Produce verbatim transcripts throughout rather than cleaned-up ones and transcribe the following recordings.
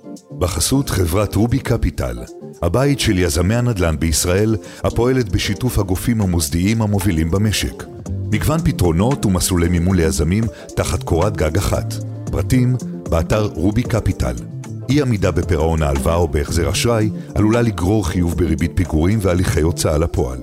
בחסות חברת רובי קפיטל, הבית של יזמי הנדל"ן בישראל, הפועלת בשיתוף הגופים המוסדיים המובילים במשק. מגוון פתרונות ומסלולי מימון ליזמים תחת קורת גג אחת. פרטים באתר רובי קפיטל. אי עמידה בפירעון ההלוואה או בהחזר אשראי עלולה לגרור חיוב בריבית פיגורים והליכי הוצאה לפועל.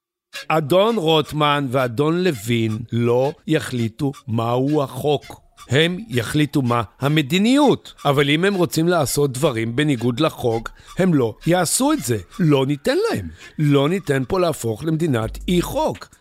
אדון רוטמן ואדון לוין לא יחליטו מהו החוק. הם יחליטו מה המדיניות. אבל אם הם רוצים לעשות דברים בניגוד לחוק, הם לא יעשו את זה. לא ניתן להם. לא ניתן פה להפוך למדינת אי חוק.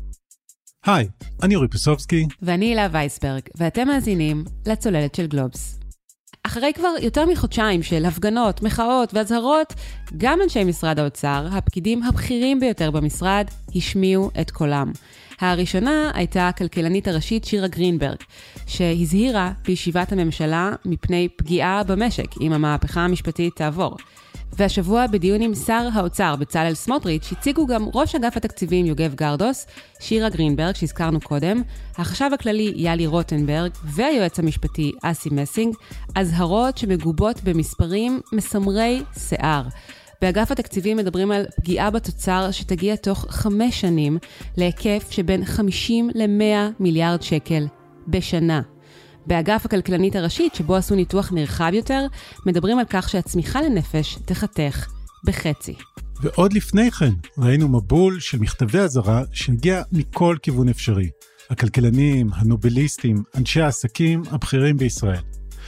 היי, אני אורי פסובסקי. ואני הילה וייסברג, ואתם מאזינים לצוללת של גלובס. אחרי כבר יותר מחודשיים של הפגנות, מחאות והזהרות, גם אנשי משרד האוצר, הפקידים הבכירים ביותר במשרד, השמיעו את קולם. הראשונה הייתה הכלכלנית הראשית שירה גרינברג, שהזהירה בישיבת הממשלה מפני פגיעה במשק אם המהפכה המשפטית תעבור. והשבוע בדיון עם שר האוצר בצלאל סמוטריץ' הציגו גם ראש אגף התקציבים יוגב גרדוס, שירה גרינברג שהזכרנו קודם, החשב הכללי ילי רוטנברג והיועץ המשפטי אסי מסינג, הזהרות שמגובות במספרים מסמרי שיער. באגף התקציבים מדברים על פגיעה בתוצר שתגיע תוך חמש שנים להיקף שבין חמישים למאה מיליארד שקל בשנה. באגף הכלכלנית הראשית, שבו עשו ניתוח נרחב יותר, מדברים על כך שהצמיחה לנפש תחתך בחצי. ועוד לפני כן ראינו מבול של מכתבי הזרה שהגיע מכל כיוון אפשרי. הכלכלנים, הנובליסטים, אנשי העסקים הבכירים בישראל.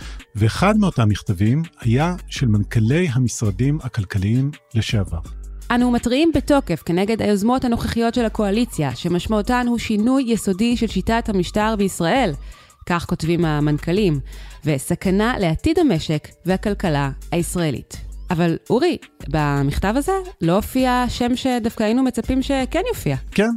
ואחד מאותם מכתבים היה של מנכ"לי המשרדים הכלכליים לשעבר. אנו מטריעים בתוקף כנגד היוזמות הנוכחיות של הקואליציה, שמשמעותן הוא שינוי יסודי של שיטת המשטר בישראל, כך כותבים המנכ"לים, וסכנה לעתיד המשק והכלכלה הישראלית. אבל אורי, במכתב הזה לא הופיע שם שדווקא היינו מצפים שכן יופיע. כן,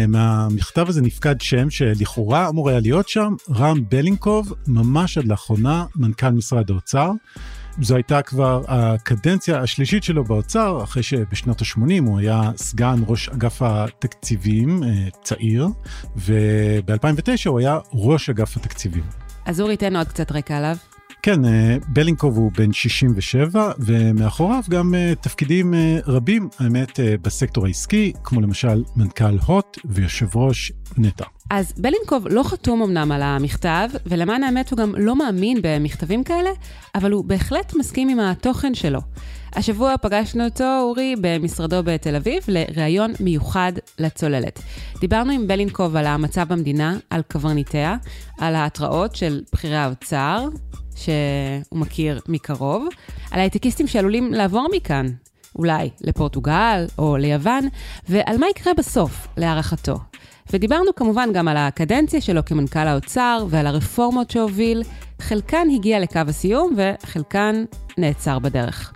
מהמכתב הזה נפקד שם שלכאורה אמור היה להיות שם, רם בלינקוב, ממש עד לאחרונה מנכ"ל משרד האוצר. זו הייתה כבר הקדנציה השלישית שלו באוצר, אחרי שבשנות ה-שמונים הוא היה סגן ראש אגף התקציבים, צעיר, וב-אלפיים ותשע הוא היה ראש אגף התקציבים. אז אורי, תן עוד קצת רקע עליו. כן, בלינקוב הוא בן שישים ושבע, ומאחוריו גם תפקידים רבים, האמת, בסקטור העסקי, כמו למשל מנכ"ל הוט ויושב ראש נטע. אז בלינקוב לא חתום אמנם על המכתב, ולמען האמת הוא גם לא מאמין במכתבים כאלה, אבל הוא בהחלט מסכים עם התוכן שלו. השבוע פגשנו אותו, אורי, במשרדו בתל אביב, לראיון מיוחד לצוללת. דיברנו עם בלינקוב על המצב במדינה, על קברניטיה, על ההתראות של בחירי האוצר, שהוא מכיר מקרוב, על ההייטקיסטים שעלולים לעבור מכאן, אולי לפורטוגל או ליוון, ועל מה יקרה בסוף, להערכתו. ודיברנו כמובן גם על הקדנציה שלו כמנכ"ל האוצר ועל הרפורמות שהוביל, חלקן הגיע לקו הסיום וחלקן נעצר בדרך.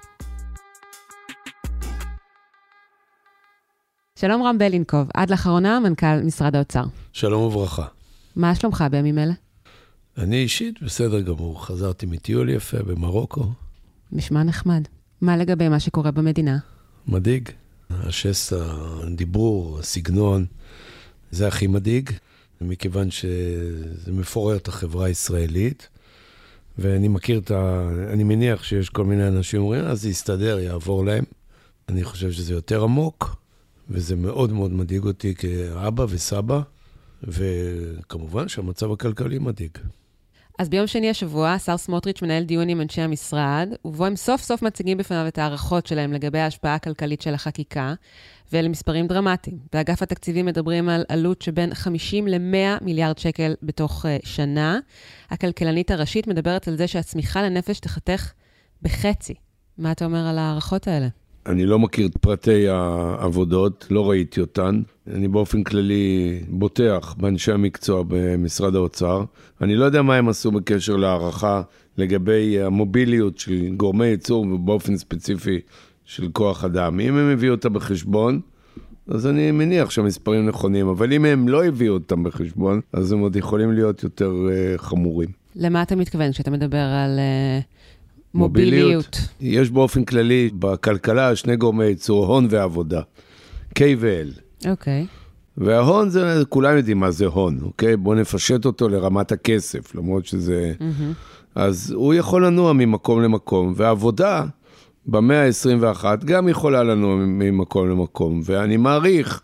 שלום רם בלינקוב, עד לאחרונה מנכ"ל משרד האוצר. שלום וברכה. מה שלומך בימים אלה? אני אישית בסדר גמור, חזרתי מטיול יפה במרוקו. נשמע נחמד. מה לגבי מה שקורה במדינה? מדאיג. השסע, הדיבור, הסגנון, זה הכי מדאיג, מכיוון שזה מפורר את החברה הישראלית, ואני מכיר את ה... אני מניח שיש כל מיני אנשים אומרים, אז זה יסתדר, יעבור להם. אני חושב שזה יותר עמוק, וזה מאוד מאוד מדאיג אותי כאבא וסבא, וכמובן שהמצב הכלכלי מדאיג. אז ביום שני השבוע, שר סמוטריץ' מנהל דיון עם אנשי המשרד, ובו הם סוף סוף מציגים בפניו את הערכות שלהם לגבי ההשפעה הכלכלית של החקיקה, ואלה מספרים דרמטיים. באגף התקציבים מדברים על עלות שבין חמישים למאה מיליארד שקל בתוך uh, שנה. הכלכלנית הראשית מדברת על זה שהצמיחה לנפש תחתך בחצי. מה אתה אומר על הערכות האלה? אני לא מכיר את פרטי העבודות, לא ראיתי אותן. אני באופן כללי בוטח באנשי המקצוע במשרד האוצר. אני לא יודע מה הם עשו בקשר להערכה לגבי המוביליות של גורמי ייצור ובאופן ספציפי של כוח אדם. אם הם הביאו אותה בחשבון, אז אני מניח שהמספרים נכונים, אבל אם הם לא הביאו אותם בחשבון, אז הם עוד יכולים להיות יותר uh, חמורים. למה אתה מתכוון כשאתה מדבר על... Uh... מוביליות. יש באופן כללי בכלכלה שני גורמי ייצור, הון ועבודה. K ו-L. אוקיי. וההון זה, כולם יודעים מה זה הון, אוקיי? בואו נפשט אותו לרמת הכסף, למרות שזה אז הוא יכול לנוע ממקום למקום, והעבודה במאה ה-עשרים ואחת גם יכולה לנוע ממקום למקום, ואני מעריך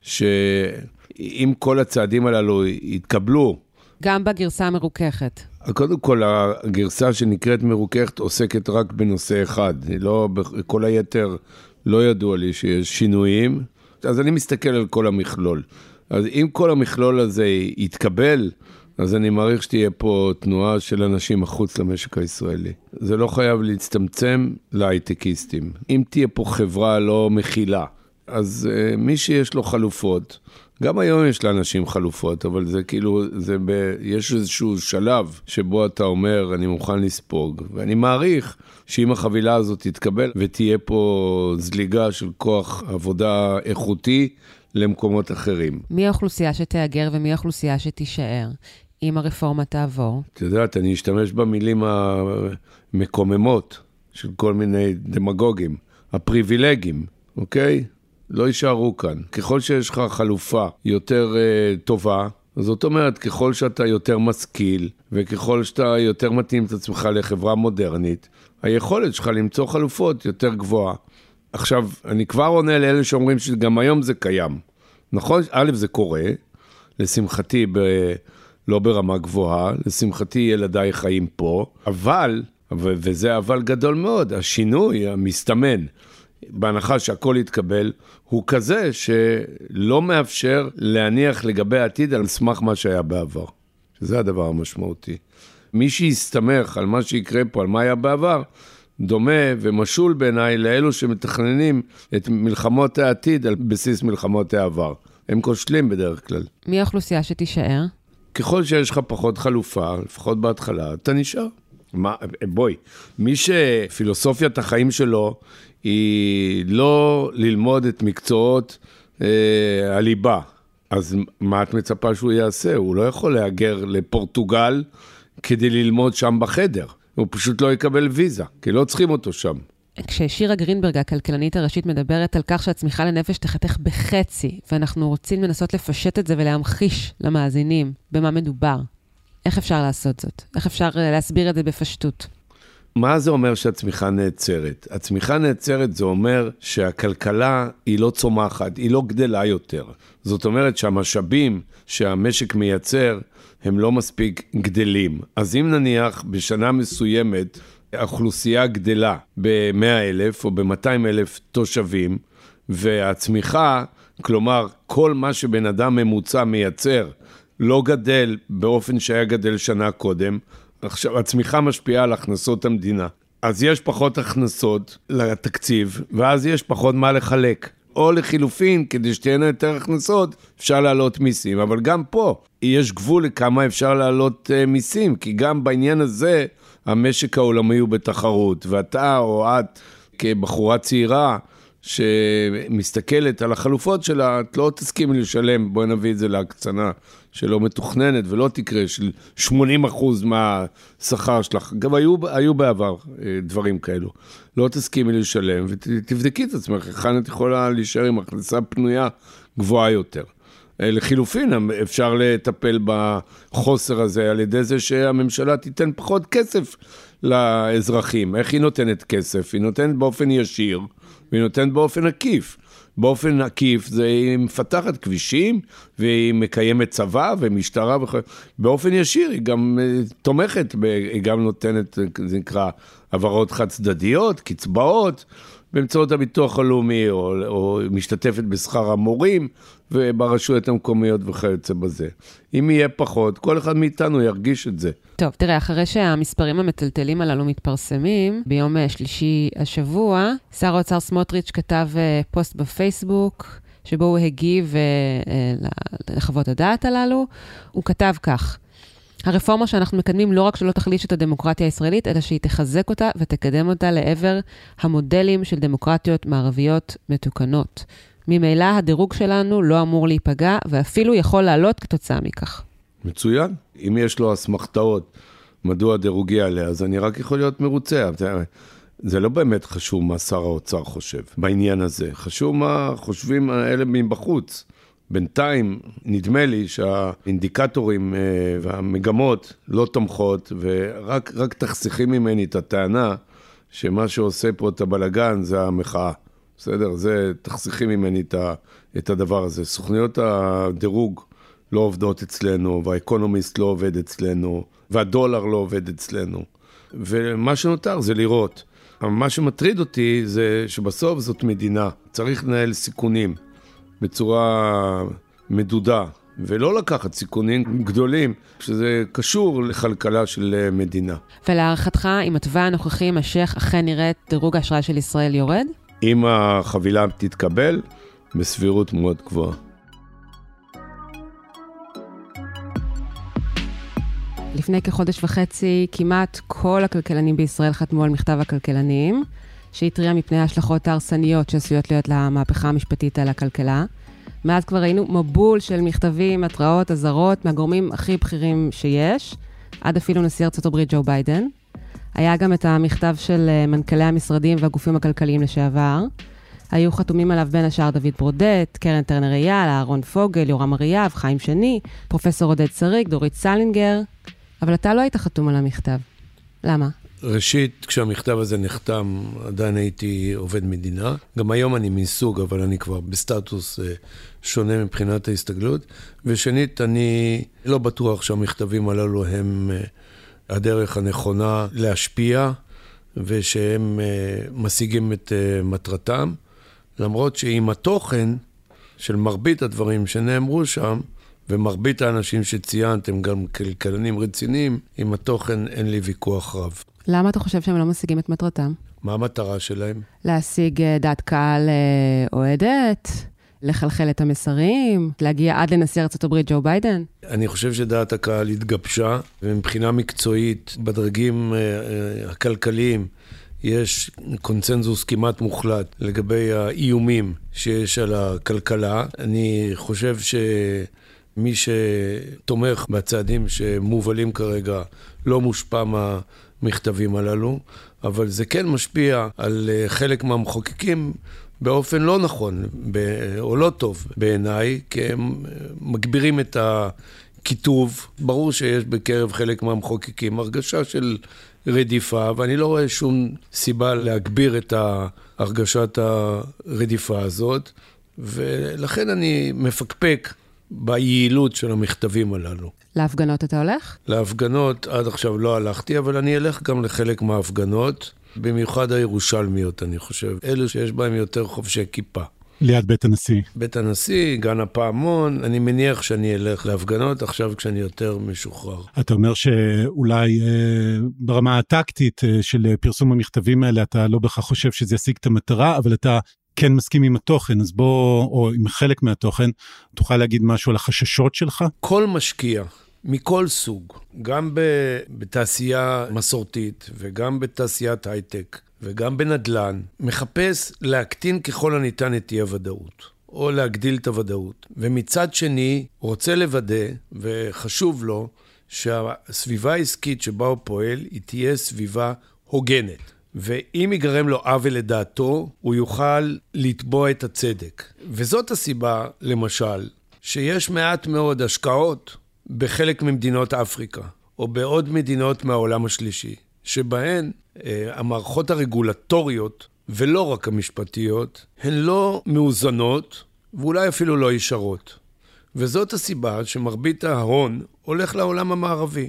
שאם כל הצעדים הללו יתקבלו, גם בגרסה המרוככת. קודם כל, הגרסה שנקראת מרוככת עוסקת רק בנושא אחד. לא, כל היתר לא ידוע לי שיש שינויים, אז אני מסתכל על כל המכלול. אז אם כל המכלול הזה יתקבל, אז אני מעריך שתהיה פה תנועה של אנשים מחוץ למשק הישראלי. זה לא חייב להצטמצם להייטקיסטים. אם תהיה פה חברה לא מכילה, אז uh, מי שיש לו חלופות, גם היום יש לאנשים חלופות, אבל זה כאילו, זה ב, יש איזשהו שלב שבו אתה אומר, אני מוכן לספוג. ואני מעריך שאם החבילה הזאת תתקבל ותהיה פה זליגה של כוח עבודה איכותי למקומות אחרים. מי האוכלוסייה שתאגר ומי האוכלוסייה שתישאר אם הרפורמה תעבור? את יודעת, אני אשתמש במילים המקוממות של כל מיני דמגוגים, הפריבילגים, אוקיי? לא יישארו כאן. ככל שיש לך חלופה יותר uh, טובה, זאת אומרת, ככל שאתה יותר משכיל, וככל שאתה יותר מתאים את עצמך לחברה מודרנית, היכולת שלך למצוא חלופות יותר גבוהה. עכשיו, אני כבר עונה לאלה שאומרים שגם היום זה קיים. נכון? א', זה קורה, לשמחתי, ב... לא ברמה גבוהה, לשמחתי ילדיי חיים פה, אבל, ו... וזה אבל גדול מאוד, השינוי המסתמן, בהנחה שהכל יתקבל, הוא כזה שלא מאפשר להניח לגבי העתיד על סמך מה שהיה בעבר. שזה הדבר המשמעותי. מי שיסתמך על מה שיקרה פה, על מה היה בעבר, דומה ומשול בעיניי לאלו שמתכננים את מלחמות העתיד על בסיס מלחמות העבר. הם כושלים בדרך כלל. מי האוכלוסייה שתישאר? ככל שיש לך פחות חלופה, לפחות בהתחלה, אתה נשאר. מה, בואי, מי שפילוסופיית החיים שלו היא לא ללמוד את מקצועות אה, הליבה, אז מה את מצפה שהוא יעשה? הוא לא יכול להגר לפורטוגל כדי ללמוד שם בחדר. הוא פשוט לא יקבל ויזה, כי לא צריכים אותו שם. כששירה גרינברג, הכלכלנית הראשית, מדברת על כך שהצמיחה לנפש תחתך בחצי, ואנחנו רוצים לנסות לפשט את זה ולהמחיש למאזינים במה מדובר. איך אפשר לעשות זאת? איך אפשר להסביר את זה בפשטות? מה זה אומר שהצמיחה נעצרת? הצמיחה נעצרת זה אומר שהכלכלה היא לא צומחת, היא לא גדלה יותר. זאת אומרת שהמשאבים שהמשק מייצר הם לא מספיק גדלים. אז אם נניח בשנה מסוימת האוכלוסייה גדלה ב-מאה אלף או ב-מאתיים אלף תושבים, והצמיחה, כלומר כל מה שבן אדם ממוצע מייצר, לא גדל באופן שהיה גדל שנה קודם, עכשיו הצמיחה משפיעה על הכנסות המדינה. אז יש פחות הכנסות לתקציב, ואז יש פחות מה לחלק. או לחילופין, כדי שתהיינה יותר הכנסות, אפשר להעלות מיסים. אבל גם פה יש גבול לכמה אפשר להעלות uh, מיסים, כי גם בעניין הזה המשק העולמי הוא בתחרות, ואתה או את כבחורה צעירה שמסתכלת על החלופות שלה, את לא תסכימי לשלם, בואי נביא את זה להקצנה שלא מתוכננת ולא תקרה, של שמונים אחוז מהשכר שלך. גם היו, היו בעבר דברים כאלו. לא תסכימי לשלם ותבדקי את עצמך, כאן את יכולה להישאר עם הכנסה פנויה גבוהה יותר. לחילופין, אפשר לטפל בחוסר הזה על ידי זה שהממשלה תיתן פחות כסף לאזרחים. איך היא נותנת כסף? היא נותנת באופן ישיר, והיא נותנת באופן עקיף. באופן עקיף זה היא מפתחת כבישים, והיא מקיימת צבא ומשטרה, וכ... באופן ישיר היא גם תומכת, היא גם נותנת, זה נקרא, עברות חד צדדיות, קצבאות, באמצעות הביטוח הלאומי, או, או משתתפת בשכר המורים, וברשויות המקומיות וכיוצא בזה. אם יהיה פחות, כל אחד מאיתנו ירגיש את זה. טוב, תראה, אחרי שהמספרים המטלטלים הללו מתפרסמים, ביום שלישי השבוע, שר האוצר סמוטריץ' כתב פוסט בפייסבוק, שבו הוא הגיב לחוות הדעת הללו, הוא כתב כך, הרפורמה שאנחנו מקדמים לא רק שלא תחליש את הדמוקרטיה הישראלית, אלא שהיא תחזק אותה ותקדם אותה לעבר המודלים של דמוקרטיות מערביות מתוקנות. ממילא הדירוג שלנו לא אמור להיפגע, ואפילו יכול לעלות כתוצאה מכך. מצוין. אם יש לו אסמכתאות, מדוע הדירוג יעלה, אז אני רק יכול להיות מרוצה. זה לא באמת חשוב מה שר האוצר חושב בעניין הזה. חשוב מה חושבים האלה מבחוץ. בינתיים נדמה לי שהאינדיקטורים והמגמות לא תומכות, ורק רק תחסיכים ממני את הטענה שמה שעושה פה את הבלגן זה המחאה. בסדר? זה תחסיכים ממני את הדבר הזה. סוכניות הדירוג לא עובדות אצלנו, והאקונומיסט לא עובד אצלנו, והדולר לא עובד אצלנו. ומה שנותר זה לראות. מה שמטריד אותי זה שבסוף זאת מדינה. צריך לנהל סיכונים בצורה מדודה, ולא לקחת סיכונים גדולים, שזה קשור לכלכלה של מדינה. ולהערכתך, עם התוואי הנוכחי יימשך, אכן נראית דירוג האשראי של ישראל יורד? אם החבילה תתקבל, בסבירות מאוד גבוהה. לפני כחודש וחצי, כמעט כל הכלכלנים בישראל חתמו על מכתב הכלכלנים, שהתריע מפני ההשלכות ההרסניות שעשויות להיות למהפכה המשפטית על הכלכלה. מאז כבר ראינו מבול של מכתבים, התראות, אזהרות, מהגורמים הכי בכירים שיש, עד אפילו נשיא ארצות הברית ג'ו ביידן. היה גם את המכתב של מנכ"לי המשרדים והגופים הכלכליים לשעבר. היו חתומים עליו בין השאר דוד ברודט, קרן טרנר אייל, אהרון פוגל, יורם אריאב, חיים שני, פרופסור עודד שריג, דורית סלינגר. אבל אתה לא היית חתום על המכתב. למה? ראשית, כשהמכתב הזה נחתם, עדיין הייתי עובד מדינה. גם היום אני מסוג, אבל אני כבר בסטטוס שונה מבחינת ההסתגלות. ושנית, אני לא בטוח שהמכתבים הללו הם הדרך הנכונה להשפיע, ושהם משיגים את מטרתם. למרות שעם התוכן של מרבית הדברים שנאמרו שם, ומרבית האנשים שציינתם, גם כלכלנים רציניים, עם התוכן אין לי ויכוח רב. למה אתה חושב שהם לא משיגים את מטרתם? מה המטרה שלהם? להשיג דעת קהל אוהדת, לחלחל את המסרים, להגיע עד לנשיא ארצות הברית ג'ו ביידן? אני חושב שדעת הקהל התגבשה, ומבחינה מקצועית, בדרגים הכלכליים, יש קונצנזוס כמעט מוחלט לגבי האיומים שיש על הכלכלה. אני חושב ש... מי שתומך בצעדים שמובלים כרגע לא מושפע מהמכתבים הללו, אבל זה כן משפיע על חלק מהמחוקקים באופן לא נכון או לא טוב בעיניי, כי הם מגבירים את הכיתוב. ברור שיש בקרב חלק מהמחוקקים הרגשה של רדיפה, ואני לא רואה שום סיבה להגביר את הרגשת הרדיפה הזאת, ולכן אני מפקפק ביעילות של המכתבים הללו. להפגנות אתה הולך? להפגנות עד עכשיו לא הלכתי, אבל אני אלך גם לחלק מההפגנות, במיוחד הירושלמיות, אני חושב. אלו שיש בהם יותר חובשי כיפה. ליד בית הנשיא. בית הנשיא, גן הפעמון, אני מניח שאני אלך להפגנות עכשיו כשאני יותר משוחרר. אתה אומר שאולי אה, ברמה הטקטית אה, של פרסום המכתבים האלה, אתה לא בכך חושב שזה ישיג את המטרה, אבל אתה כן מסכים עם התוכן, אז בוא, או עם חלק מהתוכן, תוכל להגיד משהו על החששות שלך? כל משקיע, מכל סוג, גם בתעשייה מסורתית, וגם בתעשיית הייטק, וגם בנדלן, מחפש להקטין ככל הניתן את אי הוודאות, או להגדיל את הוודאות. ומצד שני, רוצה לוודא, וחשוב לו, שהסביבה העסקית שבה הוא פועל, היא תהיה סביבה הוגנת. ואם ייגרם לו עוול לדעתו, הוא יוכל לתבוע את הצדק. וזאת הסיבה, למשל, שיש מעט מאוד השקעות בחלק ממדינות אפריקה, או בעוד מדינות מהעולם השלישי, שבהן אה, המערכות הרגולטוריות, ולא רק המשפטיות, הן לא מאוזנות, ואולי אפילו לא ישרות. וזאת הסיבה שמרבית ההון הולך לעולם המערבי.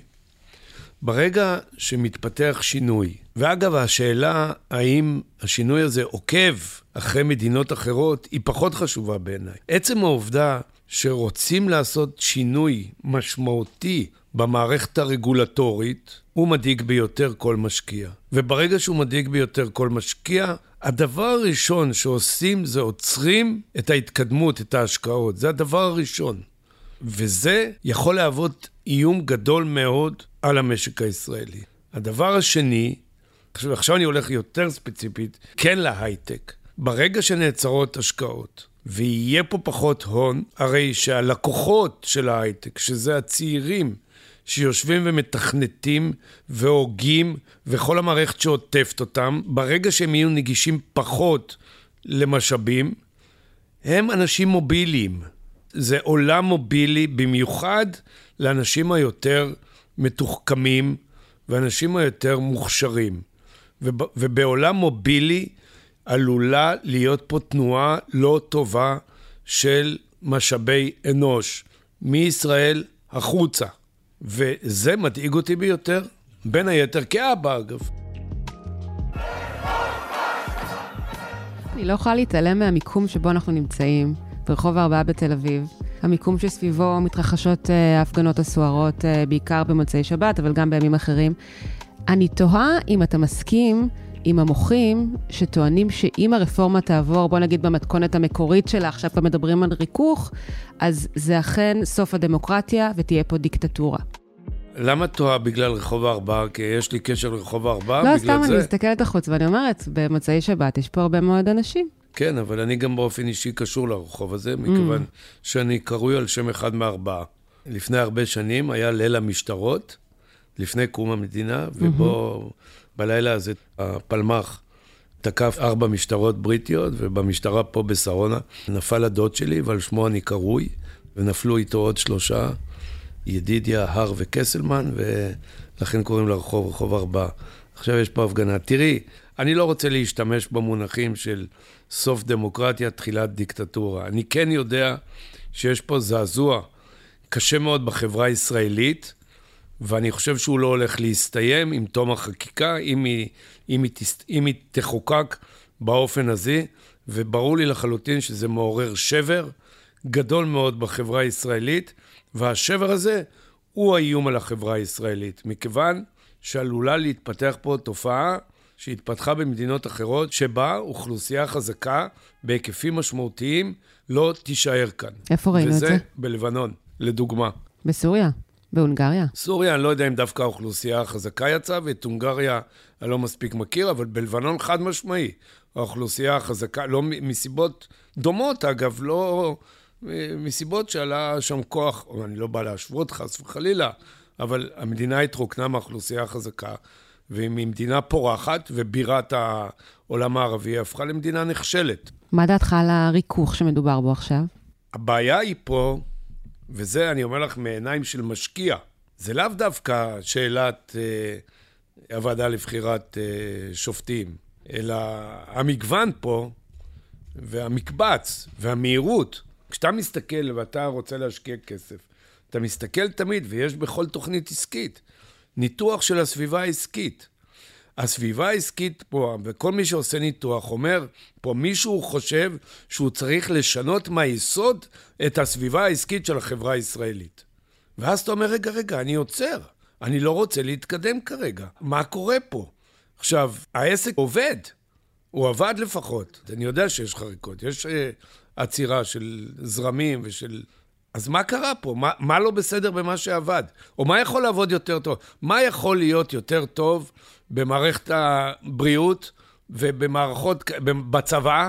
ברגע שמתפתח שינוי, ואגב, השאלה האם השינוי הזה עוקב אחרי מדינות אחרות, היא פחות חשובה בעיניי. עצם העובדה שרוצים לעשות שינוי משמעותי במערכת הרגולטורית, הוא מדאיג ביותר כל משקיע. וברגע שהוא מדאיג ביותר כל משקיע, הדבר הראשון שעושים זה עוצרים את ההתקדמות, את ההשקעות. זה הדבר הראשון. וזה יכול להוות איום גדול מאוד על המשק הישראלי. הדבר השני, עכשיו אני הולך יותר ספציפית, כן להייטק. ברגע שנעצרות השקעות, ויהיה פה פחות הון, הרי שהלקוחות של ההייטק, שזה הצעירים שיושבים ומתכנתים והוגים, וכל המערכת שעוטפת אותם, ברגע שהם יהיו נגישים פחות למשאבים, הם אנשים מוביליים. זה עולם מובילי במיוחד לאנשים היותר מתוחכמים ואנשים היותר מוכשרים. וב, ובעולם מובילי עלולה להיות פה תנועה לא טובה של משאבי אנוש, מישראל החוצה. וזה מדאיג אותי ביותר, בין היתר כאבא אגב. אני לא יכולה להתעלם מהמיקום שבו אנחנו נמצאים, ברחוב הארבעה בתל אביב. המיקום שסביבו מתרחשות ההפגנות הסוערות, בעיקר במוצאי שבת, אבל גם בימים אחרים. אני תוהה אם אתה מסכים עם המוחים שטוענים שאם הרפורמה תעבור, בוא נגיד במתכונת המקורית שלה, עכשיו כבר מדברים על ריכוך, אז זה אכן סוף הדמוקרטיה ותהיה פה דיקטטורה. למה תוהה בגלל רחוב הארבעה? כי יש לי קשר לרחוב הארבעה, לא, בגלל סתם זה? אני מסתכלת החוץ ואני אומרת, במוצאי שבת יש פה הרבה מאוד אנשים. כן, אבל אני גם באופן אישי קשור לרחוב הזה, מכיוון שאני קרוי על שם אחד מארבעה. לפני הרבה שנים היה ליל המשטרות, לפני קום המדינה, ובו בלילה הזה הפלמ"ח תקף ארבע משטרות בריטיות, ובמשטרה פה בשרונה נפל הדוד שלי, ועל שמו אני קרוי, ונפלו איתו עוד שלושה, ידידיה, הר וקסלמן, ולכן קוראים לרחוב רחוב ארבעה. עכשיו יש פה הפגנה. תראי, אני לא רוצה להשתמש במונחים של סוף דמוקרטיה, תחילת דיקטטורה. אני כן יודע שיש פה זעזוע קשה מאוד בחברה הישראלית, ואני חושב שהוא לא הולך להסתיים עם תום החקיקה, אם היא, אם היא, אם היא תחוקק באופן הזה, וברור לי לחלוטין שזה מעורר שבר גדול מאוד בחברה הישראלית, והשבר הזה הוא האיום על החברה הישראלית, מכיוון שעלולה להתפתח פה תופעה שהתפתחה במדינות אחרות, שבה אוכלוסייה חזקה בהיקפים משמעותיים לא תישאר כאן. איפה ראינו את זה? וזה בלבנון, לדוגמה. בסוריה? בהונגריה? סוריה, אני לא יודע אם דווקא האוכלוסייה החזקה יצאה, ואת הונגריה אני לא מספיק מכיר, אבל בלבנון חד משמעי. האוכלוסייה החזקה, לא מסיבות דומות אגב, לא מסיבות שעלה שם כוח, או אני לא בא להשוות חס וחלילה, אבל המדינה התרוקנה מהאוכלוסייה החזקה, והיא ממדינה פורחת, ובירת העולם הערבי הפכה למדינה נכשלת. מה דעתך על הריכוך שמדובר בו עכשיו? הבעיה היא פה, וזה אני אומר לך מעיניים של משקיע, זה לאו דווקא שאלת אה, הוועדה לבחירת אה, שופטים, אלא המגוון פה, והמקבץ, והמהירות. כשאתה מסתכל ואתה רוצה להשקיע כסף, אתה מסתכל תמיד, ויש בכל תוכנית עסקית, ניתוח של הסביבה העסקית. הסביבה העסקית פה, וכל מי שעושה ניתוח אומר, פה מישהו חושב שהוא צריך לשנות מהיסוד את הסביבה העסקית של החברה הישראלית. ואז אתה אומר, רגע, רגע, אני עוצר. אני לא רוצה להתקדם כרגע. מה קורה פה? עכשיו, העסק עובד. הוא עבד לפחות. אני יודע שיש חריקות. יש uh, עצירה של זרמים ושל... אז מה קרה פה? מה, מה לא בסדר במה שעבד? או מה יכול לעבוד יותר טוב? מה יכול להיות יותר טוב במערכת הבריאות ובמערכות, בצבא?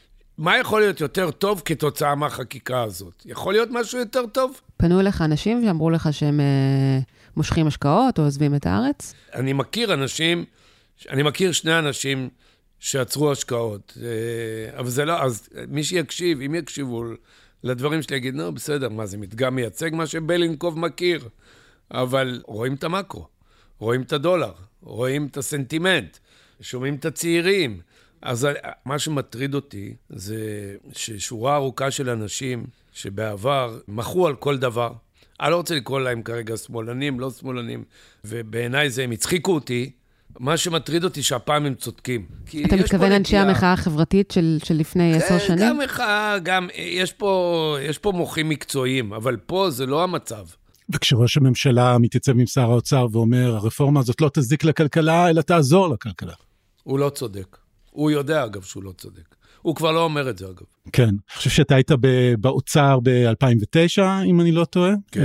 מה יכול להיות יותר טוב כתוצאה מהחקיקה הזאת? יכול להיות משהו יותר טוב? פנו אליך אנשים שאמרו לך שהם אה, מושכים השקעות או עוזבים את הארץ? אני מכיר אנשים, אני מכיר שני אנשים שעצרו השקעות. אה, אבל זה לא, אז מי שיקשיב, אם יקשיבו לדברים שלי, יגיד, נו, בסדר, מה זה מדגם מייצג מה שבלינקוב מכיר? אבל רואים את המקרו, רואים את הדולר, רואים את הסנטימנט, שומעים את הצעירים. אז מה שמטריד אותי זה ששורה ארוכה של אנשים שבעבר מחו על כל דבר. אני לא רוצה לקרוא להם כרגע שמאלנים, לא שמאלנים, ובעיניי זה הם הצחיקו אותי. מה שמטריד אותי שהפעם הם צודקים. אתה מתכוון אנשי המחאה החברתית של, של לפני עשר שנים? גם מחאה, גם, יש פה, יש פה מוחים מקצועיים, אבל פה זה לא המצב. וכשראש הממשלה מתייצב עם שר האוצר ואומר, הרפורמה הזאת לא תזיק לכלכלה, אלא תעזור לכלכלה. הוא לא צודק. הוא יודע, אגב, שהוא לא צודק. הוא כבר לא אומר את זה, אגב. כן. אני חושב שאתה היית באוצר ב-אלפיים ותשע, אם אני לא טועה. כן.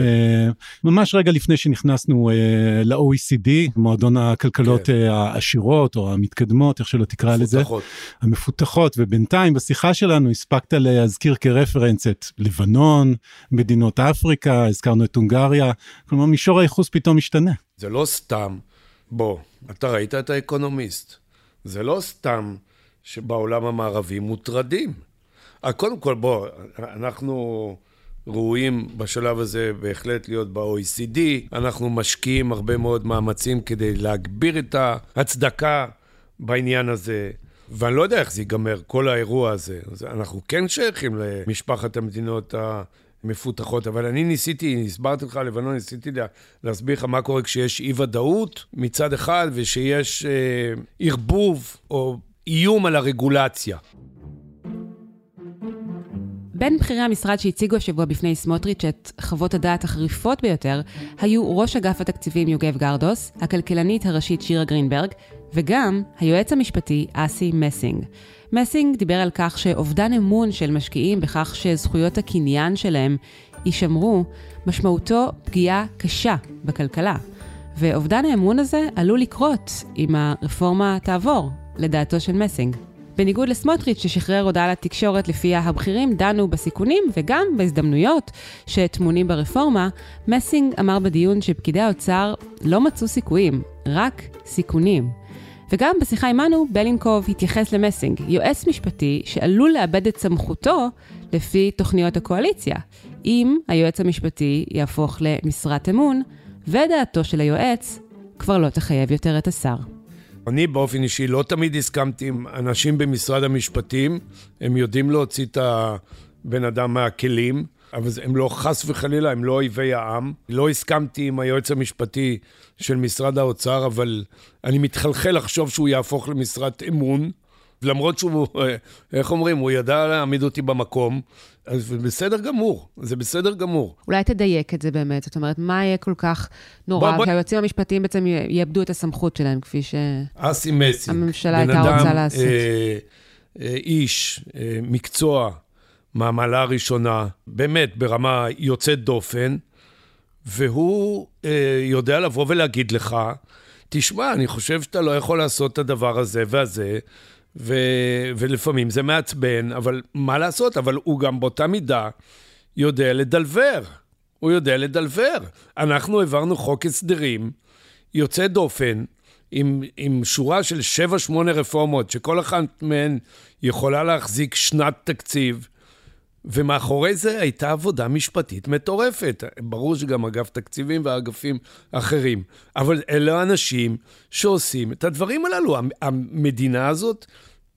ממש רגע לפני שנכנסנו ל-או אי סי די, מועדון הכלכלות העשירות, או המתקדמות, איך שלא תקרא לזה. המפותחות. המפותחות, ובינתיים בשיחה שלנו הספקת להזכיר כרפרנס את לבנון, מדינות אפריקה, הזכרנו את הונגריה, כלומר מישור הייחוס פתאום משתנה. זה לא סתם, בוא, אתה ראית את האקונומיסט. זה לא סתם שבעולם המערבי מוטרדים. קודם כל, בוא, אנחנו ראויים בשלב הזה בהחלט להיות ב-או אי סי די. אנחנו משקיעים הרבה מאוד מאמצים כדי להגביר את ההצדקה בעניין הזה. ואני לא יודע איך זה ייגמר, כל האירוע הזה. אז אנחנו כן שייכים למשפחת המדינות המפותחות, אבל אני ניסיתי, הסברתי לך לבנון, ניסיתי להסביר לך מה קורה כשיש אי ודאות מצד אחד, ושיש אה, ערבוב או איום על הרגולציה. בין בכירי המשרד שהציגו השבוע בפני סמוטריץ' את חוות הדעת החריפות ביותר, היו ראש אגף התקציבים יוגב גרדוס, הכלכלנית הראשית שירה גרינברג, וגם היועץ המשפטי אסי מסינג. מסינג דיבר על כך שאובדן אמון של משקיעים בכך שזכויות הקניין שלהם יישמרו, משמעותו פגיעה קשה בכלכלה. ואובדן האמון הזה עלול לקרות אם הרפורמה תעבור, לדעתו של מסינג. בניגוד לסמוטריץ' ששחרר הודעה לתקשורת לפיה הבכירים דנו בסיכונים וגם בהזדמנויות שטמונים ברפורמה, מסינג אמר בדיון שפקידי האוצר לא מצאו סיכויים, רק סיכונים. וגם בשיחה עמנו, בלינקוב התייחס למסינג, יועץ משפטי שעלול לאבד את סמכותו לפי תוכניות הקואליציה, אם היועץ המשפטי יהפוך למשרת אמון, ודעתו של היועץ כבר לא תחייב יותר את השר. אני באופן אישי לא תמיד הסכמתי עם אנשים במשרד המשפטים, הם יודעים להוציא את הבן אדם מהכלים, אבל הם לא חס וחלילה, הם לא אויבי העם. לא הסכמתי עם היועץ המשפטי של משרד האוצר, אבל אני מתחלחל לחשוב שהוא יהפוך למשרת אמון, למרות שהוא, איך אומרים, הוא ידע להעמיד אותי במקום, אז בסדר גמור, זה בסדר גמור. אולי תדייק את זה באמת, זאת אומרת, מה יהיה כל כך נורא, כי היועצים המשפטיים בעצם יאבדו את הסמכות שלהם, כפי שהממשלה הייתה רוצה לעשות. אה, אה, איש, אה, מקצוע, מהמעלה הראשונה, באמת ברמה יוצאת דופן, והוא אה, יודע לבוא ולהגיד לך, תשמע, אני חושב שאתה לא יכול לעשות את הדבר הזה והזה, ו... ולפעמים זה מעצבן, אבל מה לעשות? אבל הוא גם באותה מידה יודע לדלבר. הוא יודע לדלבר. אנחנו העברנו חוק הסדרים, יוצא דופן, עם, עם שורה של שבע, שמונה רפורמות, שכל אחת מהן יכולה להחזיק שנת תקציב, ומאחורי זה הייתה עבודה משפטית מטורפת. ברור שגם אגף תקציבים ואגפים אחרים. אבל אלה האנשים שעושים את הדברים הללו. המדינה הזאת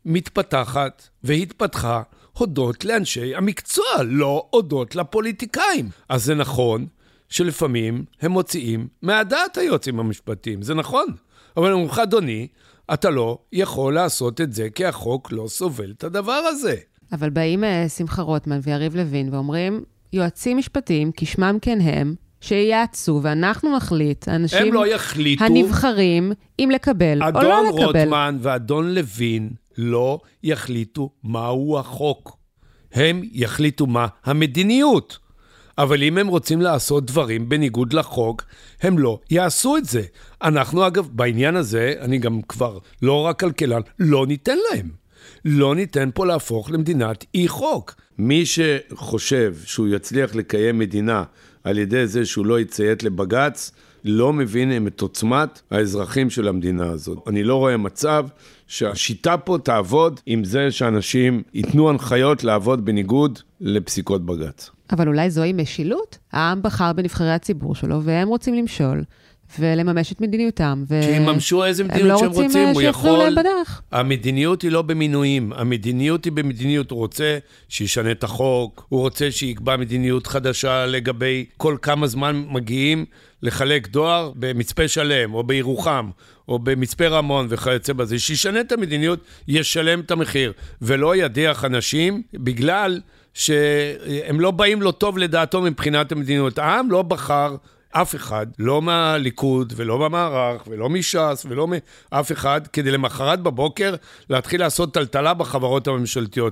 מתפתחת והתפתחה הודות לאנשי המקצוע, לא הודות לפוליטיקאים. אז זה נכון שלפעמים הם מוציאים מהדעת היועצים המשפטיים. זה נכון. אבל ממך, אדוני, אתה לא יכול לעשות את זה כי החוק לא סובל את הדבר הזה. אבל באים שמחה רוטמן ויריב לוין ואומרים, יועצים משפטיים, כשמם כן הם, שיעצו, ואנחנו נחליט, האנשים לא יחליטו, הנבחרים, אם לקבל או לא לקבל. אדון רוטמן ואדון לוין לא יחליטו מהו החוק. הם יחליטו מה המדיניות. אבל אם הם רוצים לעשות דברים בניגוד לחוק, הם לא יעשו את זה. אנחנו אגב, בעניין הזה, אני גם כבר לא רק כלכלן, לא ניתן להם. לא ניתן פה להפוך למדינת אי חוק. מי שחושב שהוא יצליח לקיים מדינה על ידי זה שהוא לא יציית לבגץ, לא מבין את עוצמת האזרחים של המדינה הזאת. אני לא רואה מצב שהשיטה פה תעבוד עם זה שאנשים ייתנו הנחיות לעבוד בניגוד לפסיקות בגץ. אבל אולי זוהי משילות? העם בחר בנבחרי הציבור שלו והם רוצים למשול. ולממש את מדיניותם. שיממשו איזה מדיניות שהם רוצים, הוא יכול. המדיניות היא לא במינויים, המדיניות היא במדיניות, הוא רוצה שישנה את החוק, הוא רוצה שיקבע מדיניות חדשה לגבי כל כמה זמן מגיעים לחלק דואר במצפה שלם, או בירוחם, או במצפה רמון וכיוצא בזה, שישנה את המדיניות, ישלם את המחיר, ולא ידיח אנשים בגלל שהם לא באים לו טוב לדעתו מבחינת המדיניות. העם לא בחר אף אחד, לא מהליכוד ולא מהמערך ולא מש"ס ולא מאף אחד, כדי למחרת בבוקר להתחיל לעשות טלטלה בחברות הממשלתיות.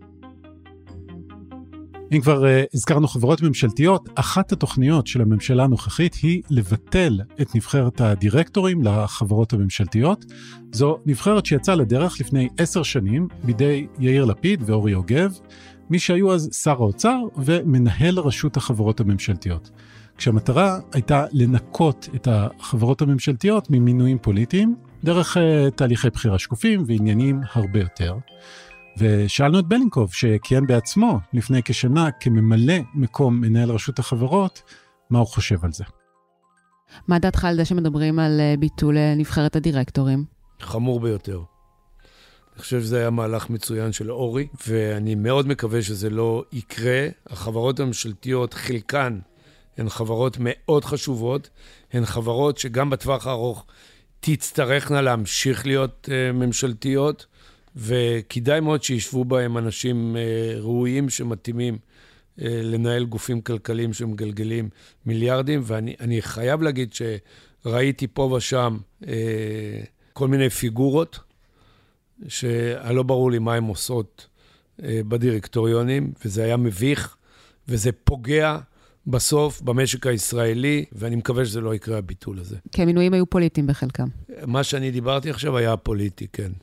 אם כבר uh, הזכרנו חברות ממשלתיות, אחת התוכניות של הממשלה הנוכחית היא לבטל את נבחרת הדירקטורים לחברות הממשלתיות. זו נבחרת שיצאה לדרך לפני עשר שנים בידי יאיר לפיד ואורי יוגב, מי שהיו אז שר האוצר ומנהל רשות החברות הממשלתיות. כשהמטרה הייתה לנקות את החברות הממשלתיות ממינויים פוליטיים, דרך uh, תהליכי בחירה שקופים ועניינים הרבה יותר. ושאלנו את בלינקוב, שכיהן בעצמו לפני כשנה כממלא מקום מנהל רשות החברות, מה הוא חושב על זה. מה דעתך על זה שמדברים על ביטול נבחרת הדירקטורים? חמור ביותר. אני חושב שזה היה מהלך מצוין של אורי, ואני מאוד מקווה שזה לא יקרה. החברות הממשלתיות, חלקן, הן חברות מאוד חשובות, הן חברות שגם בטווח הארוך תצטרכנה להמשיך להיות uh, ממשלתיות, וכדאי מאוד שישבו בהם אנשים uh, ראויים שמתאימים uh, לנהל גופים כלכליים שמגלגלים מיליארדים, ואני אני חייב להגיד שראיתי פה ושם uh, כל מיני פיגורות, שלא ברור לי מה הן עושות uh, בדירקטוריונים, וזה היה מביך, וזה פוגע בסוף במשק הישראלי, ואני מקווה שזה לא יקרה הביטול הזה. כי המינויים היו פוליטיים בחלקם. מה שאני דיברתי עכשיו היה פוליטי, כן.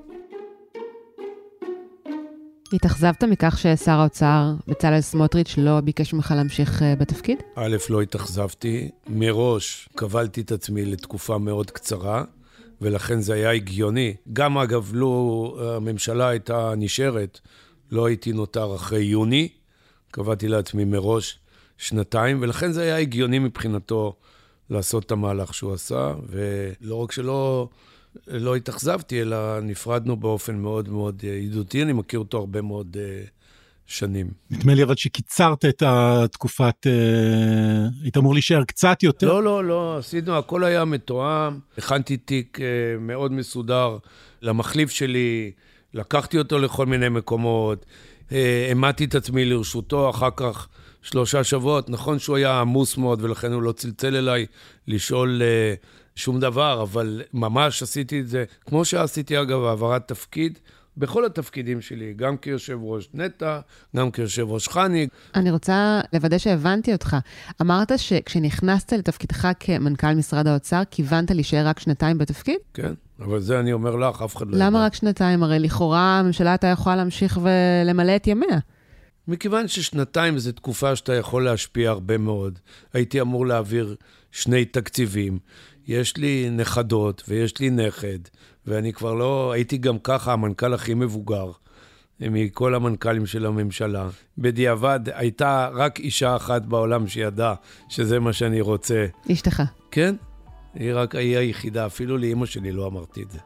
התאכזבת מכך ששר האוצר בצלאל סמוטריץ' לא ביקש ממך להמשיך בתפקיד? א', לא התאכזבתי. מראש קבלתי את עצמי לתקופה מאוד קצרה, ולכן זה היה הגיוני. גם אגב, לו הממשלה הייתה נשארת, לא הייתי נותר אחרי יוני. קבעתי לעצמי מראש שנתיים, ולכן זה היה הגיוני מבחינתו לעשות את המהלך שהוא עשה, ולא רק שלא לא התאכזבתי, אלא נפרדנו באופן מאוד מאוד ידידותי, אני מכיר אותו הרבה מאוד uh, שנים. נדמה לי אבל שקיצרת את התקופת, uh, היית אמור להישאר קצת יותר. לא, לא, לא, עשינו, הכל היה מתואם, הכנתי תיק uh, מאוד מסודר למחליף שלי, לקחתי אותו לכל מיני מקומות, uh, העמדתי את עצמי לרשותו, אחר כך שלושה שבועות, נכון שהוא היה עמוס מאוד, ולכן הוא לא צלצל אליי לשאול uh, שום דבר, אבל ממש עשיתי את זה, כמו שעשיתי אגב, העברת תפקיד, בכל התפקידים שלי, גם כיושב ראש נטע, גם כיושב ראש חני. אני רוצה לוודא שהבנתי אותך. אמרת שכשנכנסת לתפקידך כמנכ"ל משרד האוצר, כיוונת להישאר רק שנתיים בתפקיד? כן, אבל זה אני אומר לך, אף אחד לא... למה רק שנתיים? הרי לכאורה הממשלה אתה יכולה להמשיך ולמלא את ימיה. מכיוון ששנתיים זו תקופה שאתה יכול להשפיע הרבה מאוד. הייתי אמור להעביר שני תקציבים. יש לי נכדות ויש לי נכד, ואני כבר לא... הייתי גם ככה המנכ"ל הכי מבוגר מכל המנכ"לים של הממשלה. בדיעבד הייתה רק אישה אחת בעולם שידעה שזה מה שאני רוצה. אשתך. כן, היא רק היא היחידה. אפילו לאמא שלי לא אמרתי את זה.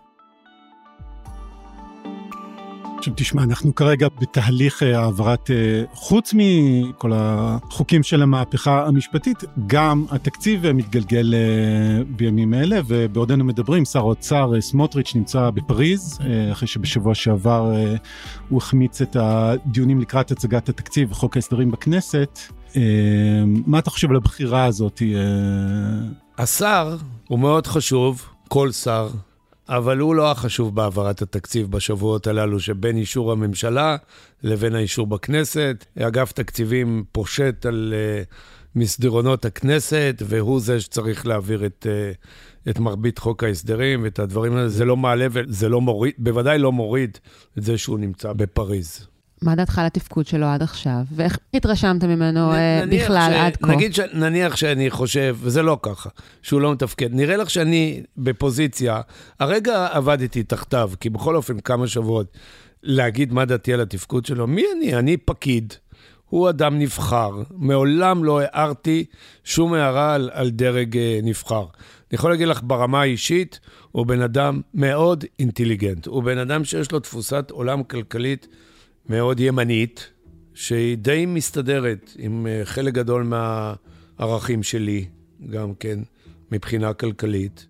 עכשיו תשמע, אנחנו כרגע בתהליך העברת, חוץ מכל החוקים של המהפכה המשפטית, גם התקציב מתגלגל בימים אלה, ובעודנו מדברים, שר האוצר סמוטריץ' נמצא בפריז, אחרי שבשבוע שעבר הוא החמיץ את הדיונים לקראת הצגת התקציב וחוק ההסדרים בכנסת. מה אתה חושב על הבחירה הזאת? השר הוא מאוד חשוב, כל שר, אבל הוא לא החשוב בעברת התקציב בשבועות הללו, שבין אישור הממשלה לבין האישור בכנסת. אגף תקציבים פושט על uh, מסדרונות הכנסת, והוא זה שצריך להעביר את, uh, את מרבית חוק ההסדרים, ואת הדברים האלה. זה לא מעלה וזה לא מוריד, בוודאי לא מוריד את זה שהוא נמצא בפריז. מה דעתך על התפקוד שלו עד עכשיו? ואיך התרשמת ממנו נ, בכלל ש... עד כה? נגיד ש... נניח שאני חושב, וזה לא ככה, שהוא לא מתפקד. נראה לך שאני בפוזיציה, הרגע עבדתי תחתיו, כי בכל אופן כמה שבועות, להגיד מה דעתי על התפקוד שלו. מי אני? אני פקיד. הוא אדם נבחר. מעולם לא הערתי שום הערה על, על דרג נבחר. אני יכול להגיד לך ברמה האישית, הוא בן אדם מאוד אינטליגנט. הוא בן אדם שיש לו תפוסת עולם כלכלית מאוד ימנית, שהיא די מסתדרת עם חלק גדול מהערכים שלי, גם כן, מבחינה כלכלית.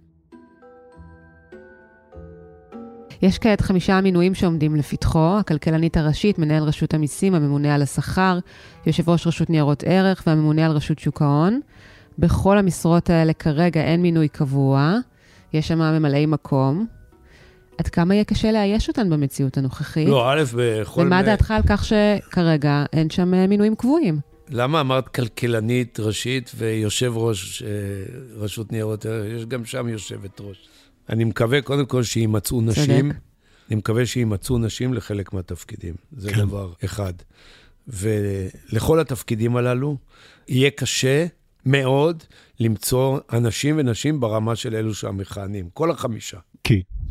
יש כעת חמישה מינויים שעומדים לפתחו, הכלכלנית הראשית, מנהל רשות המיסים, הממונה על השכר, יושב ראש רשות ניירות ערך והממונה על רשות שוק ההון. בכל המשרות האלה כרגע אין מינוי קבוע, יש שם ממלאי מקום. עד כמה יהיה קשה לאייש אותן במציאות הנוכחית? לא, א', בכל... ומה דעתך על כך שכרגע אין שם מינויים קבועים? למה אמרת כלכלנית ראשית ויושב ראש רשות ניירות ערך? יש גם שם יושבת ראש. אני מקווה קודם כל שימצאו נשים. צדק. אני מקווה שימצאו נשים לחלק מהתפקידים. זה כן. דבר אחד. ולכל התפקידים הללו יהיה קשה מאוד למצוא אנשים ונשים ברמה של אלו שהמכהנים. כל החמישה. כי?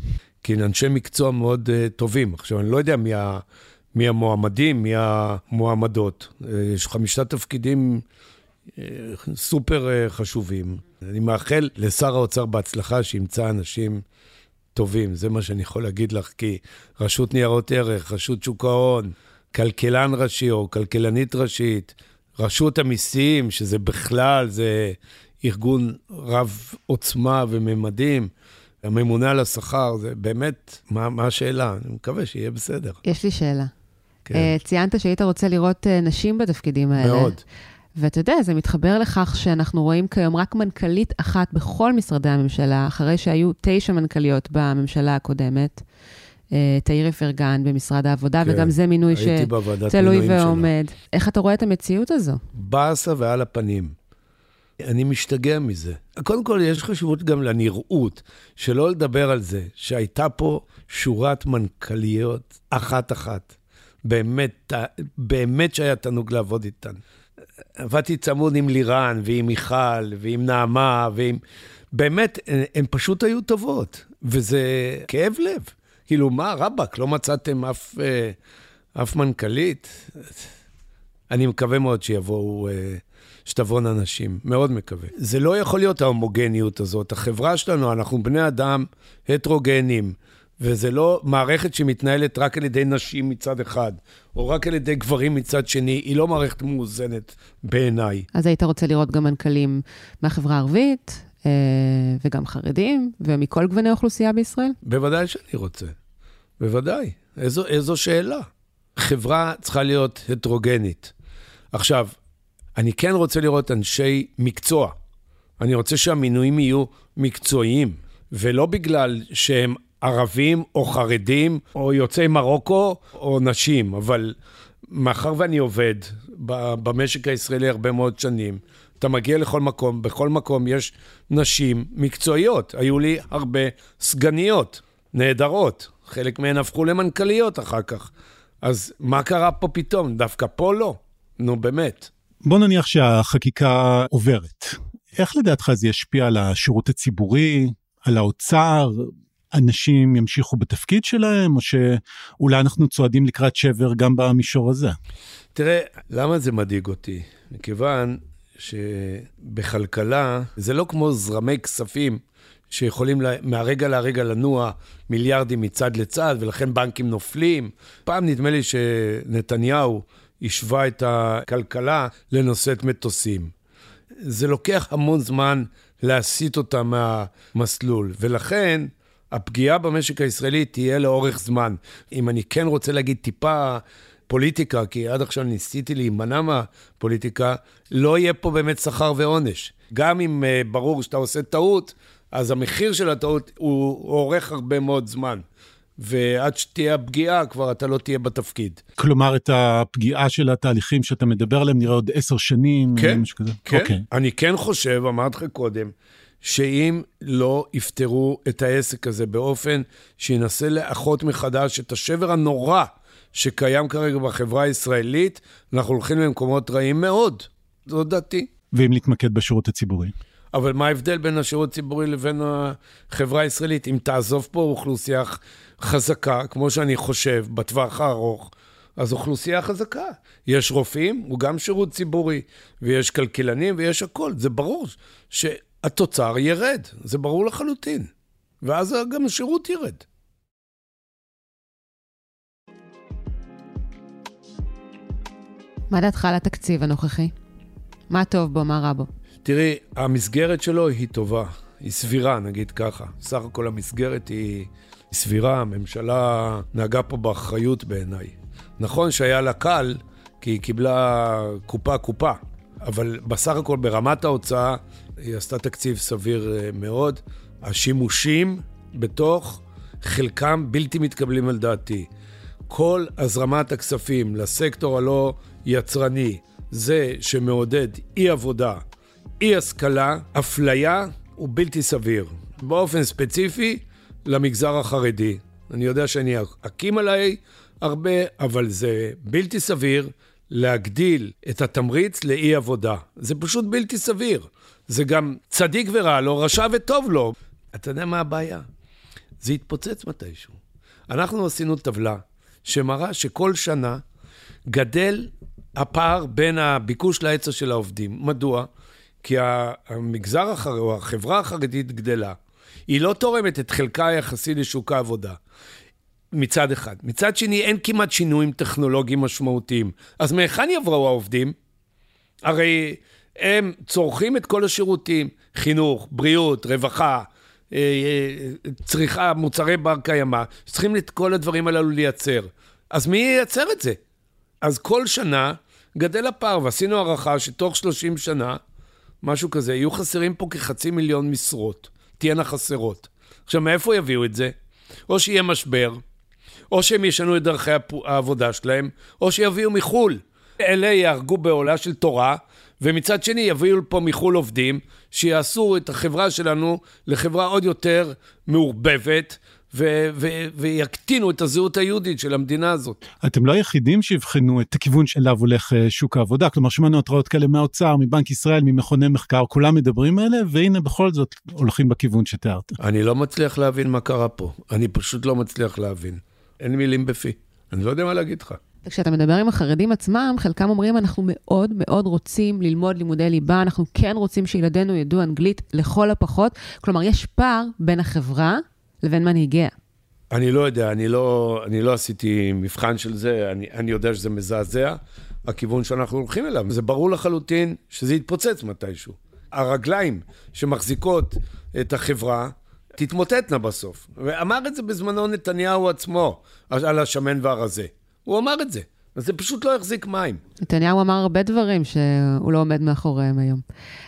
כי אנשי מקצוע מאוד uh, טובים. עכשיו, אני לא יודע מי, ה, מי המועמדים, מי המועמדות. Uh, יש חמישה תפקידים uh, סופר uh, חשובים. אני מאחל לשר האוצר בהצלחה שימצא אנשים טובים. זה מה שאני יכול להגיד לך, כי רשות ניירות ערך, רשות שוק ההון, כלכלן ראשי או כלכלנית ראשית, רשות המיסים, שזה בכלל, זה ארגון רב עוצמה וממדים, הממונה על השכר, זה באמת, מה, מה השאלה? אני מקווה שיהיה בסדר. יש לי שאלה. כן. Uh, ציינת שהיית רוצה לראות uh, נשים בתפקידים האלה. מאוד. ואתה יודע, זה מתחבר לכך שאנחנו רואים כיום רק מנכ"לית אחת בכל משרדי הממשלה, אחרי שהיו תשע מנכ"ליות בממשלה הקודמת, תאיר אפרגן במשרד העבודה, כן, וגם זה מינוי שתלוי ועומד. שלה. איך אתה רואה את המציאות הזו? באסה ועל הפנים. אני משתגע מזה. קודם כל, יש חשיבות גם לנראות, שלא לדבר על זה, שהייתה פה שורת מנכ"ליות אחת-אחת. באמת, באמת שהיה תנוג לעבוד איתן. עבדתי צמוד עם לירן, ועם מיכל, ועם נעמה, ועם... באמת, הן פשוט היו טובות, וזה כאב לב. כאילו, מה, רבק, לא מצאתם אף, אף מנכ"לית? אני מקווה מאוד שיבואו, שתבואו אנשים, מאוד מקווה. זה לא יכול להיות ההומוגניות הזאת. החברה שלנו, אנחנו בני אדם הטרוגנים, וזה לא מערכת שמתנהלת רק על ידי נשים מצד אחד, או רק על ידי גברים מצד שני, היא לא מערכת מאוזנת בעיניי. אז היית רוצה לראות גם מנכ"לים מהחברה הערבית, וגם חרדים, ומכל גווני האוכלוסייה בישראל? בוודאי שאני רוצה. בוודאי. איזו, איזו שאלה. חברה צריכה להיות הטרוגנית. עכשיו, אני כן רוצה לראות אנשי מקצוע. אני רוצה שהמינויים יהיו מקצועיים, ולא בגלל שהם ערבים או חרדים, או יוצאי מרוקו, או נשים. אבל מאחר ואני עובד במשק הישראלי הרבה מאוד שנים, אתה מגיע לכל מקום, בכל מקום יש נשים מקצועיות. היו לי הרבה סגניות, נהדרות. חלק מהן הפכו למנכ"ליות אחר כך. אז מה קרה פה פתאום? דווקא פה לא. נו, באמת. בוא נניח שהחקיקה עוברת. איך לדעתך זה ישפיע על השירות הציבורי, על האוצר? אנשים ימשיכו בתפקיד שלהם, או שאולי אנחנו צועדים לקראת שבר גם במישור הזה? תראה, למה זה מדאיג אותי? מכיוון שבכלכלה זה לא כמו זרמי כספים שיכולים מהרגע להרגע לנוע מיליארדים מצד לצד, ולכן בנקים נופלים. פעם נדמה לי שנתניהו השווה את הכלכלה לנושאת מטוסים. זה לוקח המון זמן להסיט אותה מהמסלול, ולכן הפגיעה במשק הישראלי תהיה לאורך זמן. אם אני כן רוצה להגיד טיפה פוליטיקה, כי עד עכשיו ניסיתי להימנע מהפוליטיקה, לא יהיה פה באמת שכר ועונש. גם אם uh, ברור שאתה עושה טעות, אז המחיר של הטעות הוא עורך הרבה מאוד זמן. ועד שתהיה הפגיעה, כבר אתה לא תהיה בתפקיד. כלומר, את הפגיעה של התהליכים שאתה מדבר עליהם, נראה עוד עשר שנים? כן, כזה? כן. Okay. אני כן חושב, אמרתי לך קודם, שאם לא יפתרו את העסק הזה באופן שינסה לאחות מחדש את השבר הנורא שקיים כרגע בחברה הישראלית, אנחנו הולכים למקומות רעים מאוד. זו דעתי. ואם להתמקד בשירות הציבורי? אבל מה ההבדל בין השירות הציבורי לבין החברה הישראלית? אם תעזוב פה אוכלוסייה חזקה, כמו שאני חושב, בטווח הארוך, אז אוכלוסייה חזקה. יש רופאים, הוא גם שירות ציבורי, ויש כלכלנים, ויש הכל. זה ברור שהתוצר ירד. זה ברור לחלוטין. ואז גם השירות ירד. מה דעתך על התקציב הנוכחי? מה טוב בו, מה רע בו? תראי, המסגרת שלו היא טובה, היא סבירה, נגיד ככה. סך הכל המסגרת היא סבירה, הממשלה נהגה פה באחריות בעיניי. נכון שהיה לה קל, כי היא קיבלה קופה-קופה, אבל בסך הכל ברמת ההוצאה, היא עשתה תקציב סביר מאוד. השימושים בתוך חלקם בלתי מתקבלים על דעתי. כל הזרמת הכספים לסקטור הלא יצרני, זה שמעודד אי עבודה, אי השכלה, אפליה הוא בלתי סביר. באופן ספציפי למגזר החרדי. אני יודע שאני אקים עליי הרבה, אבל זה בלתי סביר להגדיל את התמריץ לאי עבודה. זה פשוט בלתי סביר. זה גם צדיק ורע לו, רשע וטוב לו. אתה יודע מה הבעיה? זה יתפוצץ מתישהו. אנחנו עשינו טבלה שמראה שכל שנה גדל הפער בין הביקוש להיצע של העובדים. מדוע? כי המגזר החרדי, או החברה החרדית גדלה. היא לא תורמת את חלקה היחסי לשוק העבודה. מצד אחד. מצד שני, אין כמעט שינויים טכנולוגיים משמעותיים. אז מהיכן יבואו העובדים? הרי הם צורכים את כל השירותים, חינוך, בריאות, רווחה, צריכה, מוצרי בר קיימא, צריכים את כל הדברים הללו לייצר. אז מי ייצר את זה? אז כל שנה גדל הפער, ועשינו הערכה שתוך שלושים שנה, משהו כזה, יהיו חסרים פה כחצי מיליון משרות, תהיינה חסרות. עכשיו, מאיפה יביאו את זה? או שיהיה משבר, או שהם ישנו את דרכי העבודה שלהם, או שיביאו מחול. אלה יהרגו בעולה של תורה, ומצד שני יביאו פה מחול עובדים, שיעשו את החברה שלנו לחברה עוד יותר מעורבבת, ו- ו- ויקטינו את הזהות היהודית של המדינה הזאת. אתם לא היחידים שיבחנו את הכיוון שאליו הולך שוק העבודה, כלומר שמענו התראות כאלה מהאוצר, מבנק ישראל, ממכוני מחקר, כולם מדברים עליה, והנה בכל זאת הולכים בכיוון שתיארת. אני לא מצליח להבין מה קרה פה, אני פשוט לא מצליח להבין. אין מילים בפי, אני לא יודע מה להגיד לך. וכשאתה מדבר עם החרדים עצמם, חלקם אומרים, אנחנו מאוד מאוד רוצים ללמוד לימודי ליבה, אנחנו כן רוצים שילדינו ידעו אנגלית לכל הפחות, כלומר יש פער בין החברה לבין מנהיגיה. אני לא יודע, אני לא, אני לא עשיתי מבחן של זה, אני, אני יודע שזה מזעזע, הכיוון שאנחנו הולכים אליו. זה ברור לחלוטין שזה יתפוצץ מתישהו. הרגליים שמחזיקות את החברה, תתמוטטנה בסוף. ואמר את זה בזמנו נתניהו עצמו, על השמן והרזה. הוא אמר את זה. אז זה פשוט לא יחזיק מים. נתניהו אמר הרבה דברים שהוא לא עומד מאחוריהם היום.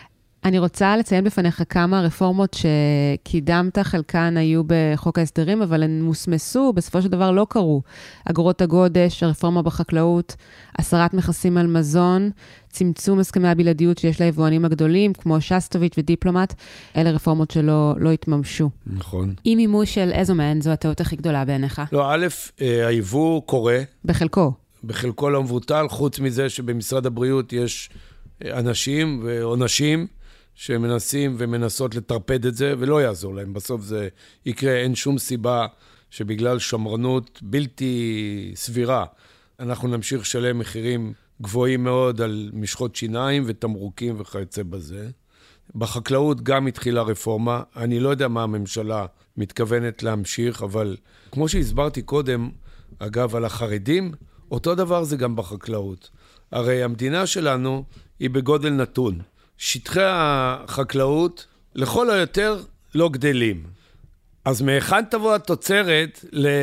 אני רוצה לציין בפניך כמה רפורמות שקידמת, חלקן היו בחוק ההסדרים, אבל הן מוסמסו, בסופו של דבר לא קרו. אגרות הגודש, הרפורמה בחקלאות, הסרת מכסים על מזון, צמצום הסכמי הבלעדיות שיש ליבואנים הגדולים, כמו שסטוביץ' ודיפלומט, אלה רפורמות שלא לא התממשו. נכון. אי מימוש של איזו מהן זו הטעות הכי גדולה בעיניך? לא, א', היבוא קורה. בחלקו. בחלקו לא מבוטל, חוץ מזה שבמשרד הבריאות יש אנשים ועונשים, שמנסים ומנסות לטרפד את זה, ולא יעזור להם. בסוף זה יקרה, אין שום סיבה שבגלל שמרנות בלתי סבירה, אנחנו נמשיך לשלם מחירים גבוהים מאוד על משחות שיניים ותמרוקים וכיוצא בזה. בחקלאות גם התחילה רפורמה, אני לא יודע מה הממשלה מתכוונת להמשיך, אבל כמו שהסברתי קודם, אגב, על החרדים, אותו דבר זה גם בחקלאות. הרי המדינה שלנו היא בגודל נתון. שטחי החקלאות לכל היותר לא גדלים. אז מהיכן תבוא התוצרת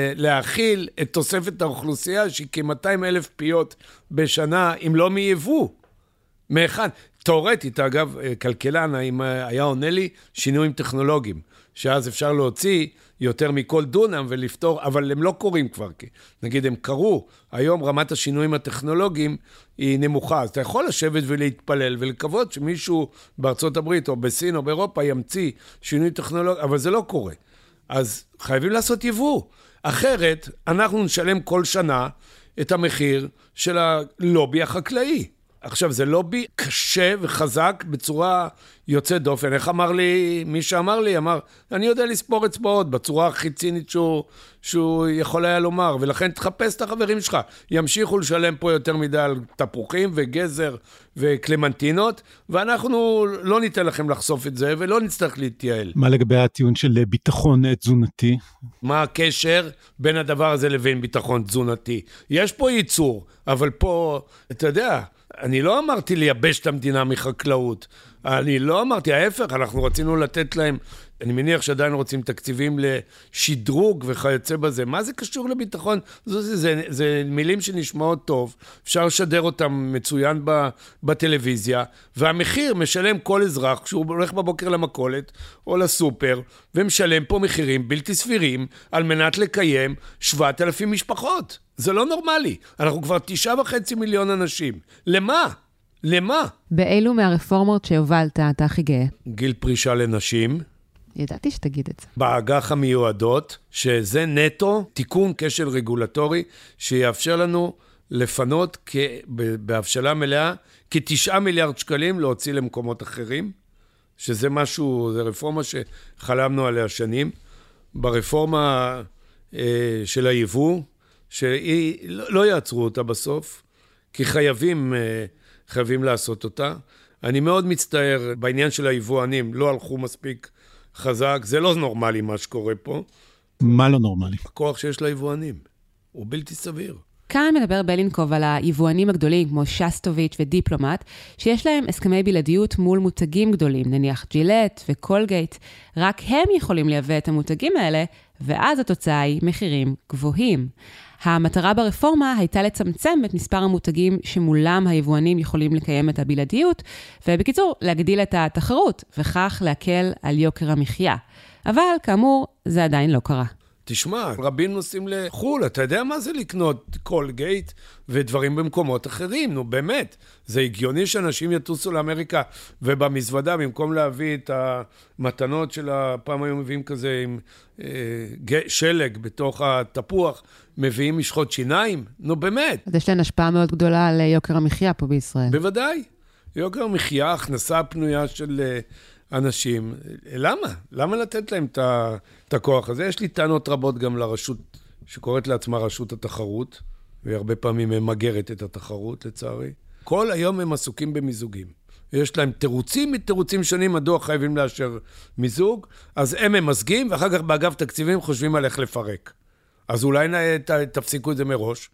להכיל את תוספת האוכלוסייה שהיא כ-מאתיים אלף פיות בשנה, אם לא מייבוא? מהיכן? תיאורטית, אגב, כלכלן היה עונה לי שינויים טכנולוגיים, שאז אפשר להוציא יותר מכל דונם ולפתור, אבל הם לא קורים כבר. נגיד, הם קרו, היום רמת השינויים הטכנולוגיים היא נמוכה, אז אתה יכול לשבת ולהתפלל ולקוות שמישהו בארצות הברית או בסין או באירופה ימציא שינוי טכנולוגי, אבל זה לא קורה. אז חייבים לעשות יבוא. אחרת, אנחנו נשלם כל שנה את המחיר של הלובי החקלאי. עכשיו, זה לובי קשה וחזק בצורה יוצאת דופן. איך אמר לי, מי שאמר לי, אמר, אני יודע לספור אצבעות בצורה הכי צינית שהוא, שהוא יכול היה לומר, ולכן תחפש את החברים שלך. ימשיכו לשלם פה יותר מדי על תפוחים וגזר וקלמנטינות, ואנחנו לא ניתן לכם לחשוף את זה, ולא נצטרך להתייעל. מה לגבי הטיעון של ביטחון תזונתי? מה הקשר בין הדבר הזה לבין ביטחון תזונתי? יש פה ייצור, אבל פה, אתה יודע, אני לא אמרתי לייבש את המדינה מחקלאות, אני לא אמרתי, ההפך, אנחנו רצינו לתת להם, אני מניח שעדיין רוצים תקציבים לשדרוג וכיוצא בזה, מה זה קשור לביטחון? זה, זה, זה, זה מילים שנשמעות טוב, אפשר לשדר אותם מצוין ב, בטלוויזיה, והמחיר משלם כל אזרח, כשהוא הולך בבוקר למכולת או לסופר, ומשלם פה מחירים בלתי סבירים, על מנת לקיים שבעת אלפים משפחות. זה לא נורמלי. אנחנו כבר תשעה וחצי מיליון אנשים. למה? למה? באילו מהרפורמות שהובלת אתה הכי גאה? גיל פרישה לנשים. ידעתי שתגיד את זה. באג"ח המיועדות, שזה נטו תיקון כשל רגולטורי, שיאפשר לנו לפנות כ... בהבשלה מלאה כתשעה מיליארד שקלים להוציא למקומות אחרים, שזה משהו, זה רפורמה שחלמנו עליה שנים. ברפורמה אה, של היבוא, שהיא לא יעצרו אותה בסוף, כי חייבים, אה, חייבים לעשות אותה. אני מאוד מצטער בעניין של היבואנים, לא הלכו מספיק חזק, זה לא נורמלי מה שקורה פה. מה לא נורמלי? הכוח שיש ליבואנים, הוא בלתי סביר. כאן מדבר בלינקוב על היבואנים הגדולים כמו שסטוביץ' ודיפלומט, שיש להם הסכמי בלעדיות מול מותגים גדולים, נניח ג'ילט וקולגייט. רק הם יכולים לייבא את המותגים האלה, ואז התוצאה היא מחירים גבוהים. המטרה ברפורמה הייתה לצמצם את מספר המותגים שמולם היבואנים יכולים לקיים את הבלעדיות, ובקיצור, להגדיל את התחרות, וכך להקל על יוקר המחיה. אבל כאמור, זה עדיין לא קרה. תשמע, רבים נוסעים לחול, אתה יודע מה זה לקנות קולגייט ודברים במקומות אחרים, נו באמת. זה הגיוני שאנשים יטוסו לאמריקה ובמזוודה, במקום להביא את המתנות של הפעם היום מביאים כזה עם אה, שלג בתוך התפוח, מביאים משחות שיניים, נו באמת. אז יש להם השפעה מאוד גדולה על יוקר המחיה פה בישראל. בוודאי. יוקר המחיה, הכנסה הפנויה של אנשים. למה? למה לתת להם את הכוח הזה? יש לי טענות רבות גם לרשות, שקוראת לעצמה רשות התחרות, והרבה פעמים הם מגרת את התחרות, לצערי. כל היום הם עסוקים במיזוגים. יש להם תירוצים מתירוצים שונים, מדוע חייבים לאשר מיזוג, אז הם ממזגים, ואחר כך באגף תקציבים חושבים על איך לפרק. אז אולי תפסיקו את זה מראש.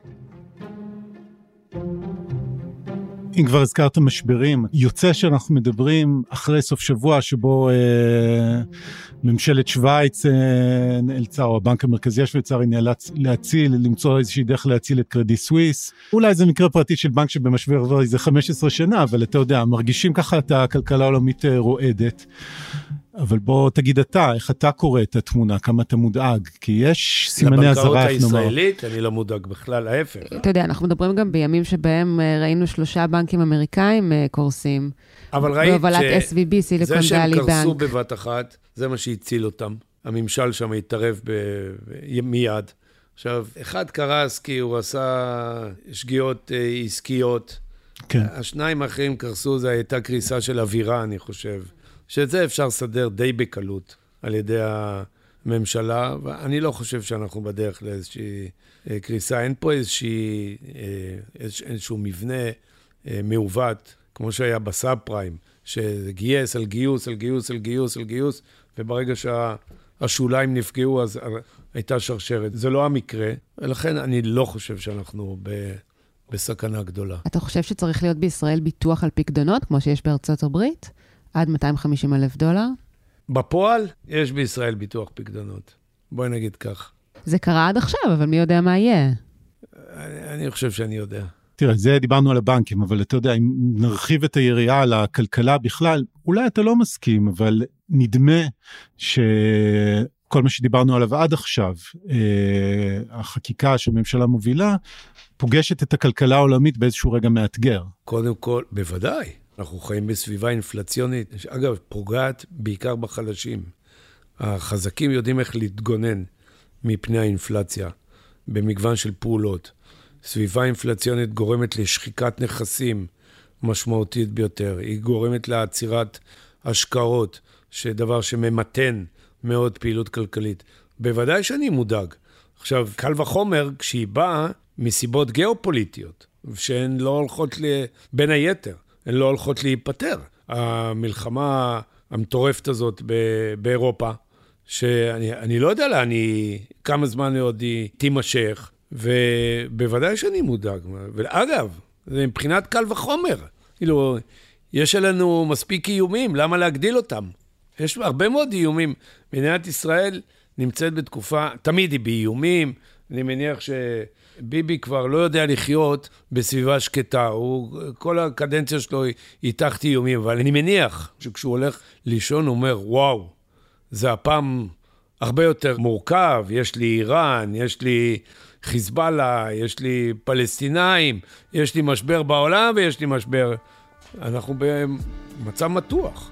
אם כבר הזכרת משברים, יוצא שאנחנו מדברים אחרי סוף שבוע שבו אה, ממשלת שוויץ אה, נאלצה, או הבנק המרכזי השוויצרי נאלץ להציל, למצוא איזושהי דרך להציל את קרדיט סוויס. אולי זה מקרה פרטי של בנק שבמשבר כבר איזה חמש עשרה שנה, אבל אתה יודע, מרגישים ככה את הכלכלה העולמית רועדת. אבל בוא תגיד אתה, איך אתה קורא את התמונה, כמה אתה מודאג, כי יש סימני הזרה, לבנקאות הישראלית, אני לא מודאג בכלל, ההפך. אתה יודע, אנחנו מדברים גם בימים שבהם ראינו שלושה בנקים אמריקאים קורסים, אבל ראית בהובלת אס וי בי, סיליקון ואלי בנק. זה שהם קרסו בבת אחת, זה מה שהציל אותם. הממשל שם התערב מיד. עכשיו, אחד קרס כי הוא עשה שגיאות עסקיות. כן. השניים האחרים קרסו, זה הייתה קריסה של אווירה, אני חושב. שאת זה אפשר לסדר די בקלות על ידי הממשלה, ואני לא חושב שאנחנו בדרך לאיזושהי קריסה. אין פה איזושהי, איזשהו מבנה מעוות, כמו שהיה בסאב פריים, שגייס על גיוס, על גיוס, על גיוס, על גיוס, וברגע שהשוליים נפגעו, אז הייתה שרשרת. זה לא המקרה, ולכן אני לא חושב שאנחנו ב... בסכנה גדולה. אתה חושב שצריך להיות בישראל ביטוח על פקדונות, כמו שיש בארצות הברית? עד מאתיים וחמישים אלף דולר? בפועל יש בישראל ביטוח פקדונות. בואי נגיד כך. זה קרה עד עכשיו, אבל מי יודע מה יהיה? אני, אני חושב שאני יודע. תראה, זה דיברנו על הבנקים, אבל אתה יודע, אם נרחיב את היריעה על הכלכלה בכלל, אולי אתה לא מסכים, אבל נדמה שכל מה שדיברנו עליו עד עכשיו, החקיקה שהממשלה מובילה, פוגשת את הכלכלה העולמית באיזשהו רגע מאתגר. קודם כל, בוודאי. אנחנו חיים בסביבה אינפלציונית, אגב, פוגעת בעיקר בחלשים. החזקים יודעים איך להתגונן מפני האינפלציה, במגוון של פעולות. סביבה אינפלציונית גורמת לשחיקת נכסים משמעותית ביותר. היא גורמת לעצירת השקעות, שדבר שממתן מאוד פעילות כלכלית. בוודאי שאני מודאג. עכשיו, קל וחומר, כשהיא באה מסיבות גיאופוליטיות, שהן לא הולכות לי, בין היתר, הן לא הולכות להיפטר. המלחמה המטורפת הזאת באירופה, שאני אני לא יודע לה, אני, כמה זמן עוד היא תימשך, ובוודאי שאני מודאג. ואגב, זה מבחינת קל וחומר. כאילו, יש לנו מספיק איומים, למה להגדיל אותם? יש הרבה מאוד איומים. מדינת ישראל נמצאת בתקופה, תמיד היא באיומים, אני מניח שביבי כבר לא יודע לחיות בסביבה שקטה, הוא, כל הקדנציה שלו היא תחת איומים, אבל אני מניח שכשהוא הולך לישון הוא אומר, וואו, זה הפעם הרבה יותר מורכב, יש לי איראן, יש לי חיזבאללה, יש לי פלסטינאים, יש לי משבר בעולם ויש לי משבר, אנחנו במצב מתוח.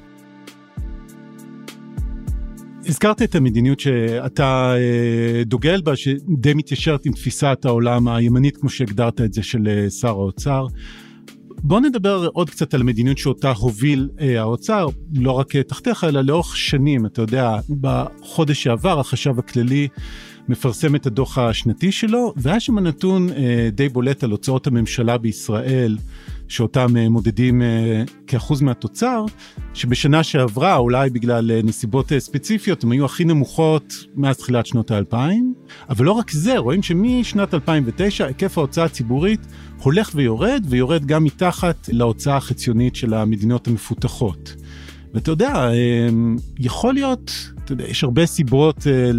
הזכרת את המדיניות שאתה דוגל בה, שדי מתיישרת עם תפיסת העולם הימנית, כמו שהגדרת את זה, של שר האוצר. בואו נדבר עוד קצת על המדיניות שאותה הוביל אה, האוצר, לא רק תחתיך, אלא לאורך שנים. אתה יודע, בחודש שעבר החשב הכללי מפרסם את הדוח השנתי שלו, והיה שם נתון אה, די בולט על הוצאות הממשלה בישראל, שאותם אה, מודדים אה, כאחוז מהתוצר, שבשנה שעברה, אולי בגלל אה, נסיבות אה, ספציפיות, הם היו הכי נמוכות מאז תחילת שנות האלפיים, אבל לא רק זה, רואים שמשנת אלפיים ותשע, היקף ההוצאה הציבורית הולך ויורד, ויורד גם מתחת להוצאה החציונית של המדינות המפותחות. ואתה יודע, יכול להיות, אתה יודע, יש הרבה סיבות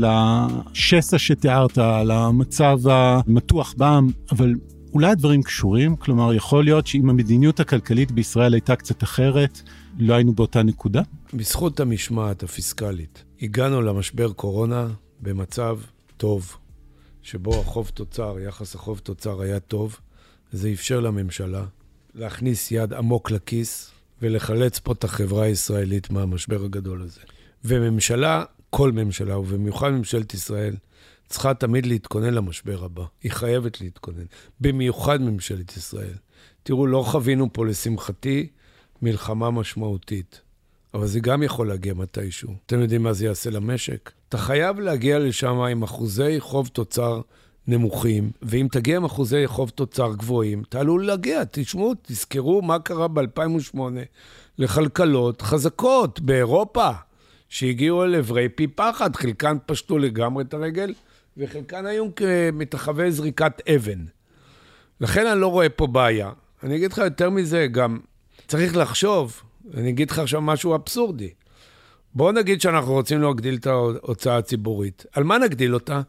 לשסע שתיארת, למצב המתוח בעם, אבל אולי הדברים קשורים, כלומר, יכול להיות שאם המדיניות הכלכלית בישראל הייתה קצת אחרת, לא היינו באותה נקודה? בזכות המשמעת הפיסקלית, הגענו למשבר קורונה במצב טוב, שבו החוב תוצר, יחס החוב תוצר היה טוב, זה אפשר לממשלה להכניס יד עמוק לכיס, ולחלץ פה את החברה הישראלית מהמשבר הגדול הזה. וממשלה, כל ממשלה, ובמיוחד ממשלת ישראל, צריכה תמיד להתכונן למשבר הבא. היא חייבת להתכונן. במיוחד ממשלת ישראל. תראו, לא חווינו פה לשמחתי מלחמה משמעותית. אבל זה גם יכול להגיע מתישהו. אתם יודעים מה זה יעשה למשק? אתה חייב להגיע לשם עם אחוזי חוב תוצר נמוכים, ואם תגיע עם אחוזי חוב תוצר גבוהים, תעלו להגיע, תשמעו, תזכרו מה קרה ב-אלפיים ושמונה לכלכלות חזקות באירופה, שהגיעו אל עברי פי פחד, חלקן פשטו לגמרי את הרגל, וחלקן היו כמתחווי זריקת אבן. לכן אני לא רואה פה בעיה. אני אגיד לך יותר מזה, גם צריך לחשוב, אני אגיד לך עכשיו משהו אבסורדי. בואו נגיד שאנחנו רוצים להגדיל את ההוצאה הציבורית. על מה נגדיל אותה?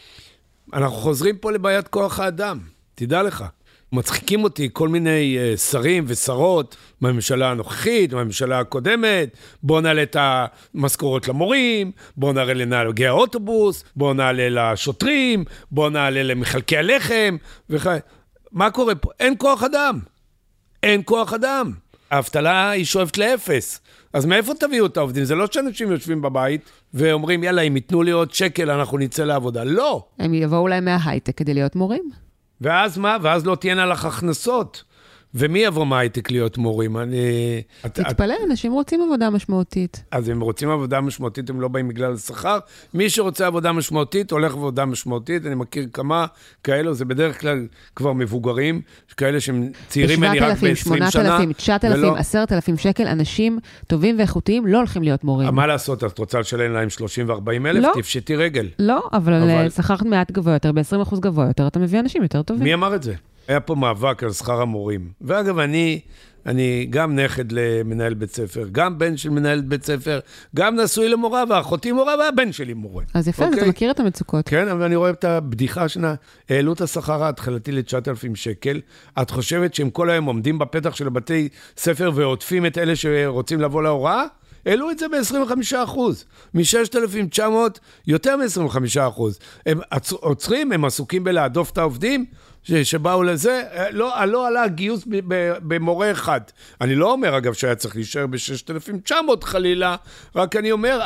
אנחנו חוזרים פה לבעיית כוח האדם, תדע לך. מצחיקים אותי כל מיני uh, שרים ושרות מהממשלה הנוכחית, מהממשלה הקודמת, בואו נעלה את המשכורות למורים, בואו נעלה לנהגי האוטובוס, בואו נעלה לשוטרים, בואו נעלה למחלקי הלחם, וכו'. מה קורה פה? אין כוח אדם. אין כוח אדם. האבטלה היא שואפת לאפס. אז מאיפה תביאו את העובדים? זה לא שאנשים יושבים בבית ואומרים, יאללה, אם ייתנו לי עוד שקל, אנחנו נצא לעבודה. לא. הם יבואו להם מההייטק כדי להיות מורים. ואז מה? ואז לא תהיינה לך הכנסות. ומי יבוא מההייטק להיות מורים? אני... תתפלא, אנשים רוצים עבודה משמעותית. אז הם רוצים עבודה משמעותית, הם לא באים בגלל השכר. מי שרוצה עבודה משמעותית, הולך עבודה משמעותית. אני מכיר כמה כאלו, זה בדרך כלל כבר מבוגרים, כאלה שהם צעירים ממני רק ב-עשרים שנה. שבעת אלפים, תשעת אלפים, עשרת אלפים שקל, אנשים טובים ואיכותיים לא הולכים להיות מורים. מה לעשות? את רוצה לשלם להם שלושים וארבעים אלף? תפשטי רגל. לא, אבל שכר מעט גבוה יותר, ב-עשרים אחוז גבוה יותר, אתה מביא אנשים יותר טובים. מי אמר את זה? היה פה מאבק על שכר המורים. ואגב, אני, אני גם נכד למנהל בית ספר, גם בן של מנהל בית ספר, גם נשוי למורה, ואחותי מורה, והבן שלי מורה. אז יפה, אוקיי? אתה מכיר את המצוקות. כן, אבל אני רואה את הבדיחה שנה, העלו את השכר ההתחלתי ל-תשעת אלפים שקל. את חושבת שהם כל היום עומדים בפתח של הבתי ספר ועוטפים את אלה שרוצים לבוא להוראה? העלו את זה ב-עשרים וחמישה אחוז. מ-ששת אלפים תשע מאות, יותר מ-עשרים וחמישה אחוז. הם עוצרים, הם עסוקים בלהדוף את העובדים, שבאו לזה, לא, לא עלה גיוס במורה אחד. אני לא אומר, אגב, שהיה צריך להישאר ב-ששת אלפים תשע מאות חלילה, רק אני אומר,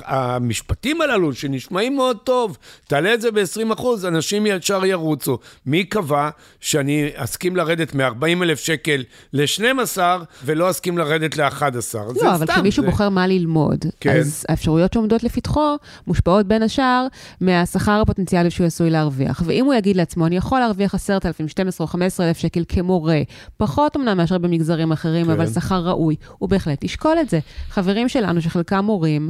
המשפטים הללו שנשמעים מאוד טוב, תעלה את זה ב-עשרים אחוז, אנשים ישר ירוצו. מי קבע שאני אסכים לרדת מ-ארבעים אלף שקל ל-שנים עשר, ולא אסכים לרדת ל-אחד עשר? לא, אבל כשמישהו זה... בוחר מה ללמוד, כן. אז האפשרויות שעומדות לפתחו, מושפעות בין השאר, מהשכר הפוטנציאלי שהוא עשוי להרוויח. ואם הוא יגיד לעצמו, אני יכול להרוויח עשרת אלפים, שנים עשר או חמישה עשר אלף שקל כמורה, פחות אמנם מאשר במגזרים אחרים, כן. אבל שכר ראוי, הוא בהחלט ישקול את זה. חברים שלנו שחלקם מורים,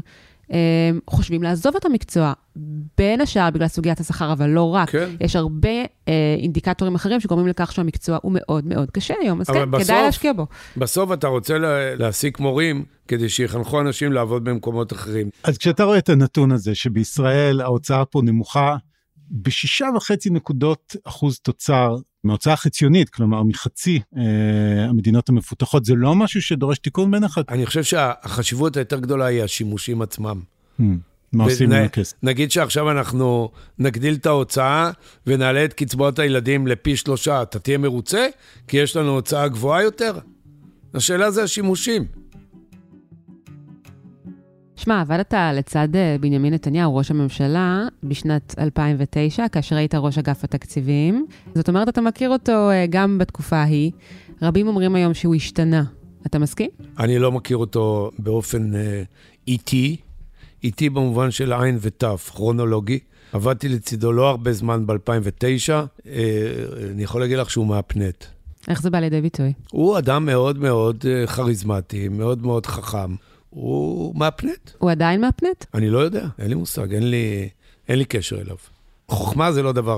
חושבים לעזוב את המקצוע, בין השאר בגלל סוגיית השכר, אבל לא רק. כן. יש הרבה אה, אינדיקטורים אחרים שגורמים לכך שהמקצוע הוא מאוד מאוד קשה היום, אז כן, בסוף, כדאי להשקיע בו. בסוף אתה רוצה לה, להשיג מורים, כדי שיחנכו אנשים לעבוד במקומות אחרים. אז כשאתה רואה את הנתון הזה, שבישראל ההוצאה פה נמוכה, בשישה וחצי נקודות אחוז תוצר, מהוצאה חציונית, כלומר מחצי אה, המדינות המפותחות, זה לא משהו שדורש תיקון בין אחד? אני חושב שהחשיבות היותר גדולה היא השימושים עצמם. Hmm, מה עושים עם הכסף? נגיד שעכשיו אנחנו נגדיל את ההוצאה, ונעלה את קצבאות הילדים לפי שלושה, אתה תהיה מרוצה? כי יש לנו הוצאה גבוהה יותר? השאלה זה השימושים. תשמע, עבדת לצד בנימין נתניהו, ראש הממשלה, בשנת אלפיים ותשע, כאשר היית ראש אגף התקציבים. זאת אומרת, אתה מכיר אותו גם בתקופה ההיא. רבים אומרים היום שהוא השתנה. אתה מסכים? אני לא מכיר אותו באופן איטי, איטי במובן של עין ותף, כרונולוגי. עבדתי לצידו לא הרבה זמן ב-אלפיים ותשע, אני יכול להגיד לך שהוא מהפנט. איך זה בא לידי ביטוי? הוא אדם מאוד מאוד כריזמטי, מאוד מאוד חכם. הוא מהפנט. הוא עדיין מהפנט? אני לא יודע, אין לי מושג, אין לי, אין לי קשר אליו. חוכמה זה לא דבר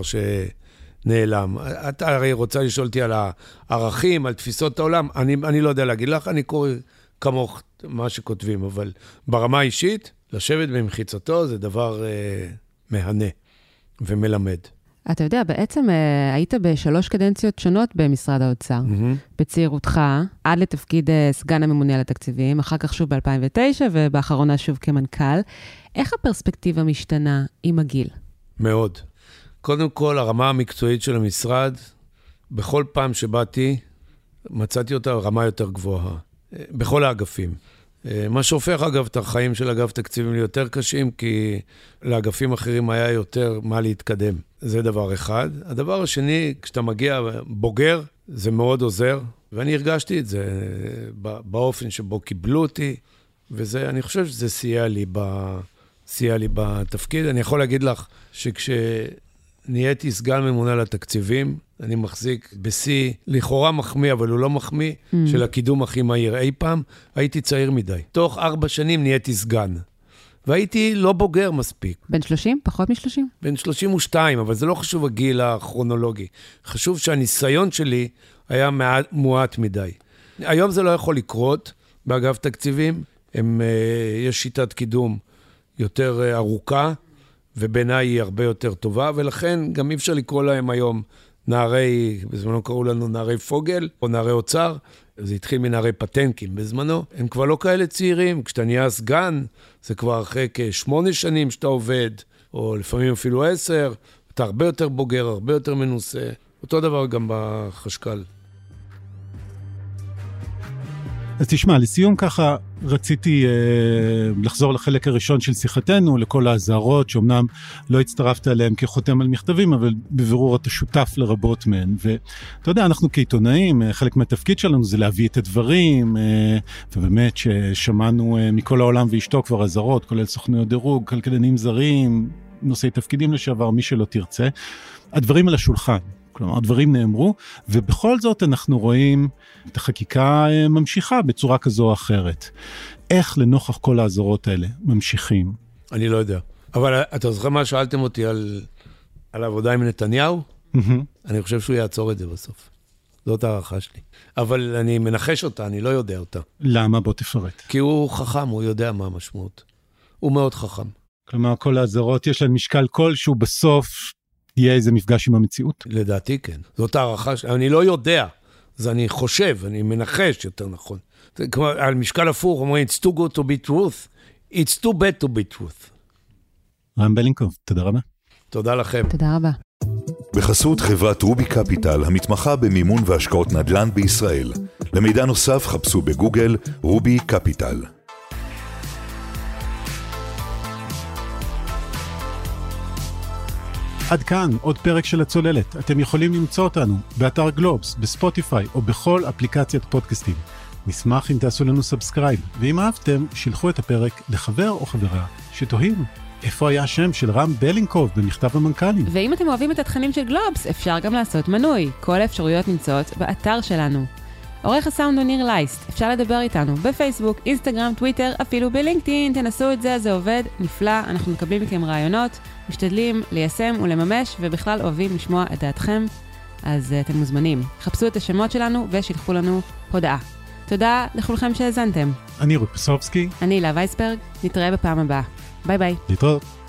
שנעלם. אתה הרי רוצה לשאול אותי על הערכים, על תפיסות העולם, אני, אני לא יודע להגיד לך, אני קורא כמוך מה שכותבים, אבל ברמה האישית, לשבת במחיצתו זה דבר אה, מהנה ומלמד. אתה יודע, בעצם אה, היית בשלוש קדנציות שונות במשרד האוצר. Mm-hmm. בצעירותך, עד לתפקיד אה, סגן הממונה על התקציבים, אחר כך שוב ב-אלפיים ותשע, ובאחרונה שוב כמנכ"ל. איך הפרספקטיבה משתנה עם הגיל? מאוד. קודם כל, הרמה המקצועית של המשרד, בכל פעם שבאתי, מצאתי אותה רמה יותר גבוהה. בכל האגפים. מה שהופך, אגב, את החיים של אגף תקציבים ליותר קשים, כי לאגפים אחרים היה יותר מה להתקדם. זה דבר אחד. הדבר השני, כשאתה מגיע בוגר, זה מאוד עוזר, ואני הרגשתי את זה באופן שבו קיבלו אותי, וזה, אני חושב שזה סייע לי, ב, סייע לי בתפקיד. אני יכול להגיד לך שכשנהייתי סגן ממונה לתקציבים, אני מחזיק בסי, לכאורה מחמיא, אבל הוא לא מחמיא, mm. של הקידום הכי מהיר אי פעם, הייתי צעיר מדי. תוך ארבע שנים נהייתי סגן. והייתי לא בוגר מספיק. בן שלושים? פחות משלושים? בן שלושים ושתיים, אבל זה לא חשוב הגיל הכרונולוגי. חשוב שהניסיון שלי היה מעט, מועט מדי. היום זה לא יכול לקרות באגף תקציבים. הם, יש שיטת קידום יותר ארוכה, ובעיניי היא הרבה יותר טובה, ולכן גם אי אפשר לקרוא להם היום נערי, בזמנו קראו לנו נערי פוגל, או נערי אוצר, זה התחיל מנערי פטנקים בזמנו. הם כבר לא כאלה צעירים, כשאתה נהיה סגן, זה כבר אחרי כשמונה שנים שאתה עובד, או לפעמים אפילו עשר, אתה הרבה יותר בוגר, הרבה יותר מנוסה. אותו דבר גם בחשקל. אז תשמע, לסיום ככה רציתי אה, לחזור לחלק הראשון של שיחתנו, לכל ההזהרות שאומנם לא הצטרפת עליהם כחותם על מכתבים, אבל בבירור אתה שותף לרבות מהן. ואתה יודע, אנחנו כעיתונאים, חלק מהתפקיד שלנו זה להביא את הדברים, אה, ובאמת ששמענו אה, מכל העולם ואשתו כבר הזהרות, כולל סוכנויות דירוג, כלכלנים זרים, נושאי תפקידים לשעבר, מי שלא תרצה. הדברים על השולחן. כלומר, הדברים נאמרו, ובכל זאת אנחנו רואים את החקיקה ממשיכה בצורה כזו או אחרת. איך לנוכח כל האזהרות האלה ממשיכים? אני לא יודע. אבל אתה זוכר מה שאלתם אותי על, על העבודה עם נתניהו? Mm-hmm. אני חושב שהוא יעצור את זה בסוף. זאת הערכה שלי. אבל אני מנחש אותה, אני לא יודע אותה. למה? בוא תפרט. כי הוא חכם, הוא יודע מה המשמעות. הוא מאוד חכם. כלומר, כל האזהרות יש להם משקל כלשהו בסוף, יהיה איזה מפגש עם המציאות? לדעתי כן. זאת הערכה שלי. אני לא יודע. אז אני חושב, אני מנחש יותר נכון. כמו על משקל הפוך, אומרים, it's too good to be truth. It's too bad to be truth. רם בלינקוב, תודה רבה. תודה לכם. תודה רבה. בחסות חברת רובי קפיטל, המתמחה במימון והשקעות נדל"ן בישראל. למידע נוסף חפשו בגוגל רובי קפיטל. עד כאן עוד פרק של הצוללת. אתם יכולים למצוא אותנו באתר גלובס, בספוטיפיי או בכל אפליקציית פודקאסטים. נשמח אם תעשו לנו סאבסקרייב, ואם אהבתם, שילחו את הפרק לחבר או חברה שתוהים איפה היה השם של רם בלינקוב במכתב המנכ"לים. ואם אתם אוהבים את התכנים של גלובס, אפשר גם לעשות מנוי. כל האפשרויות נמצאות באתר שלנו. עורך הסאונד הוא ניר לייסט. אפשר לדבר איתנו בפייסבוק, אינסטגרם, טוויטר, אפילו בלינקדאין. תנסו את זה, זה עובד נפלא. אנחנו מקבלים מכם רעיונות, משתדלים ליישם ולממש, ובכלל אוהבים לשמוע את דעתכם. אז uh, אתם מוזמנים. חפשו את השמות שלנו ושילחו לנו הודעה. תודה לכולכם שהאזנתם. אני רות פסובסקי. אני לה וייסברג. נתראה בפעם הבאה. ביי ביי. להתראות.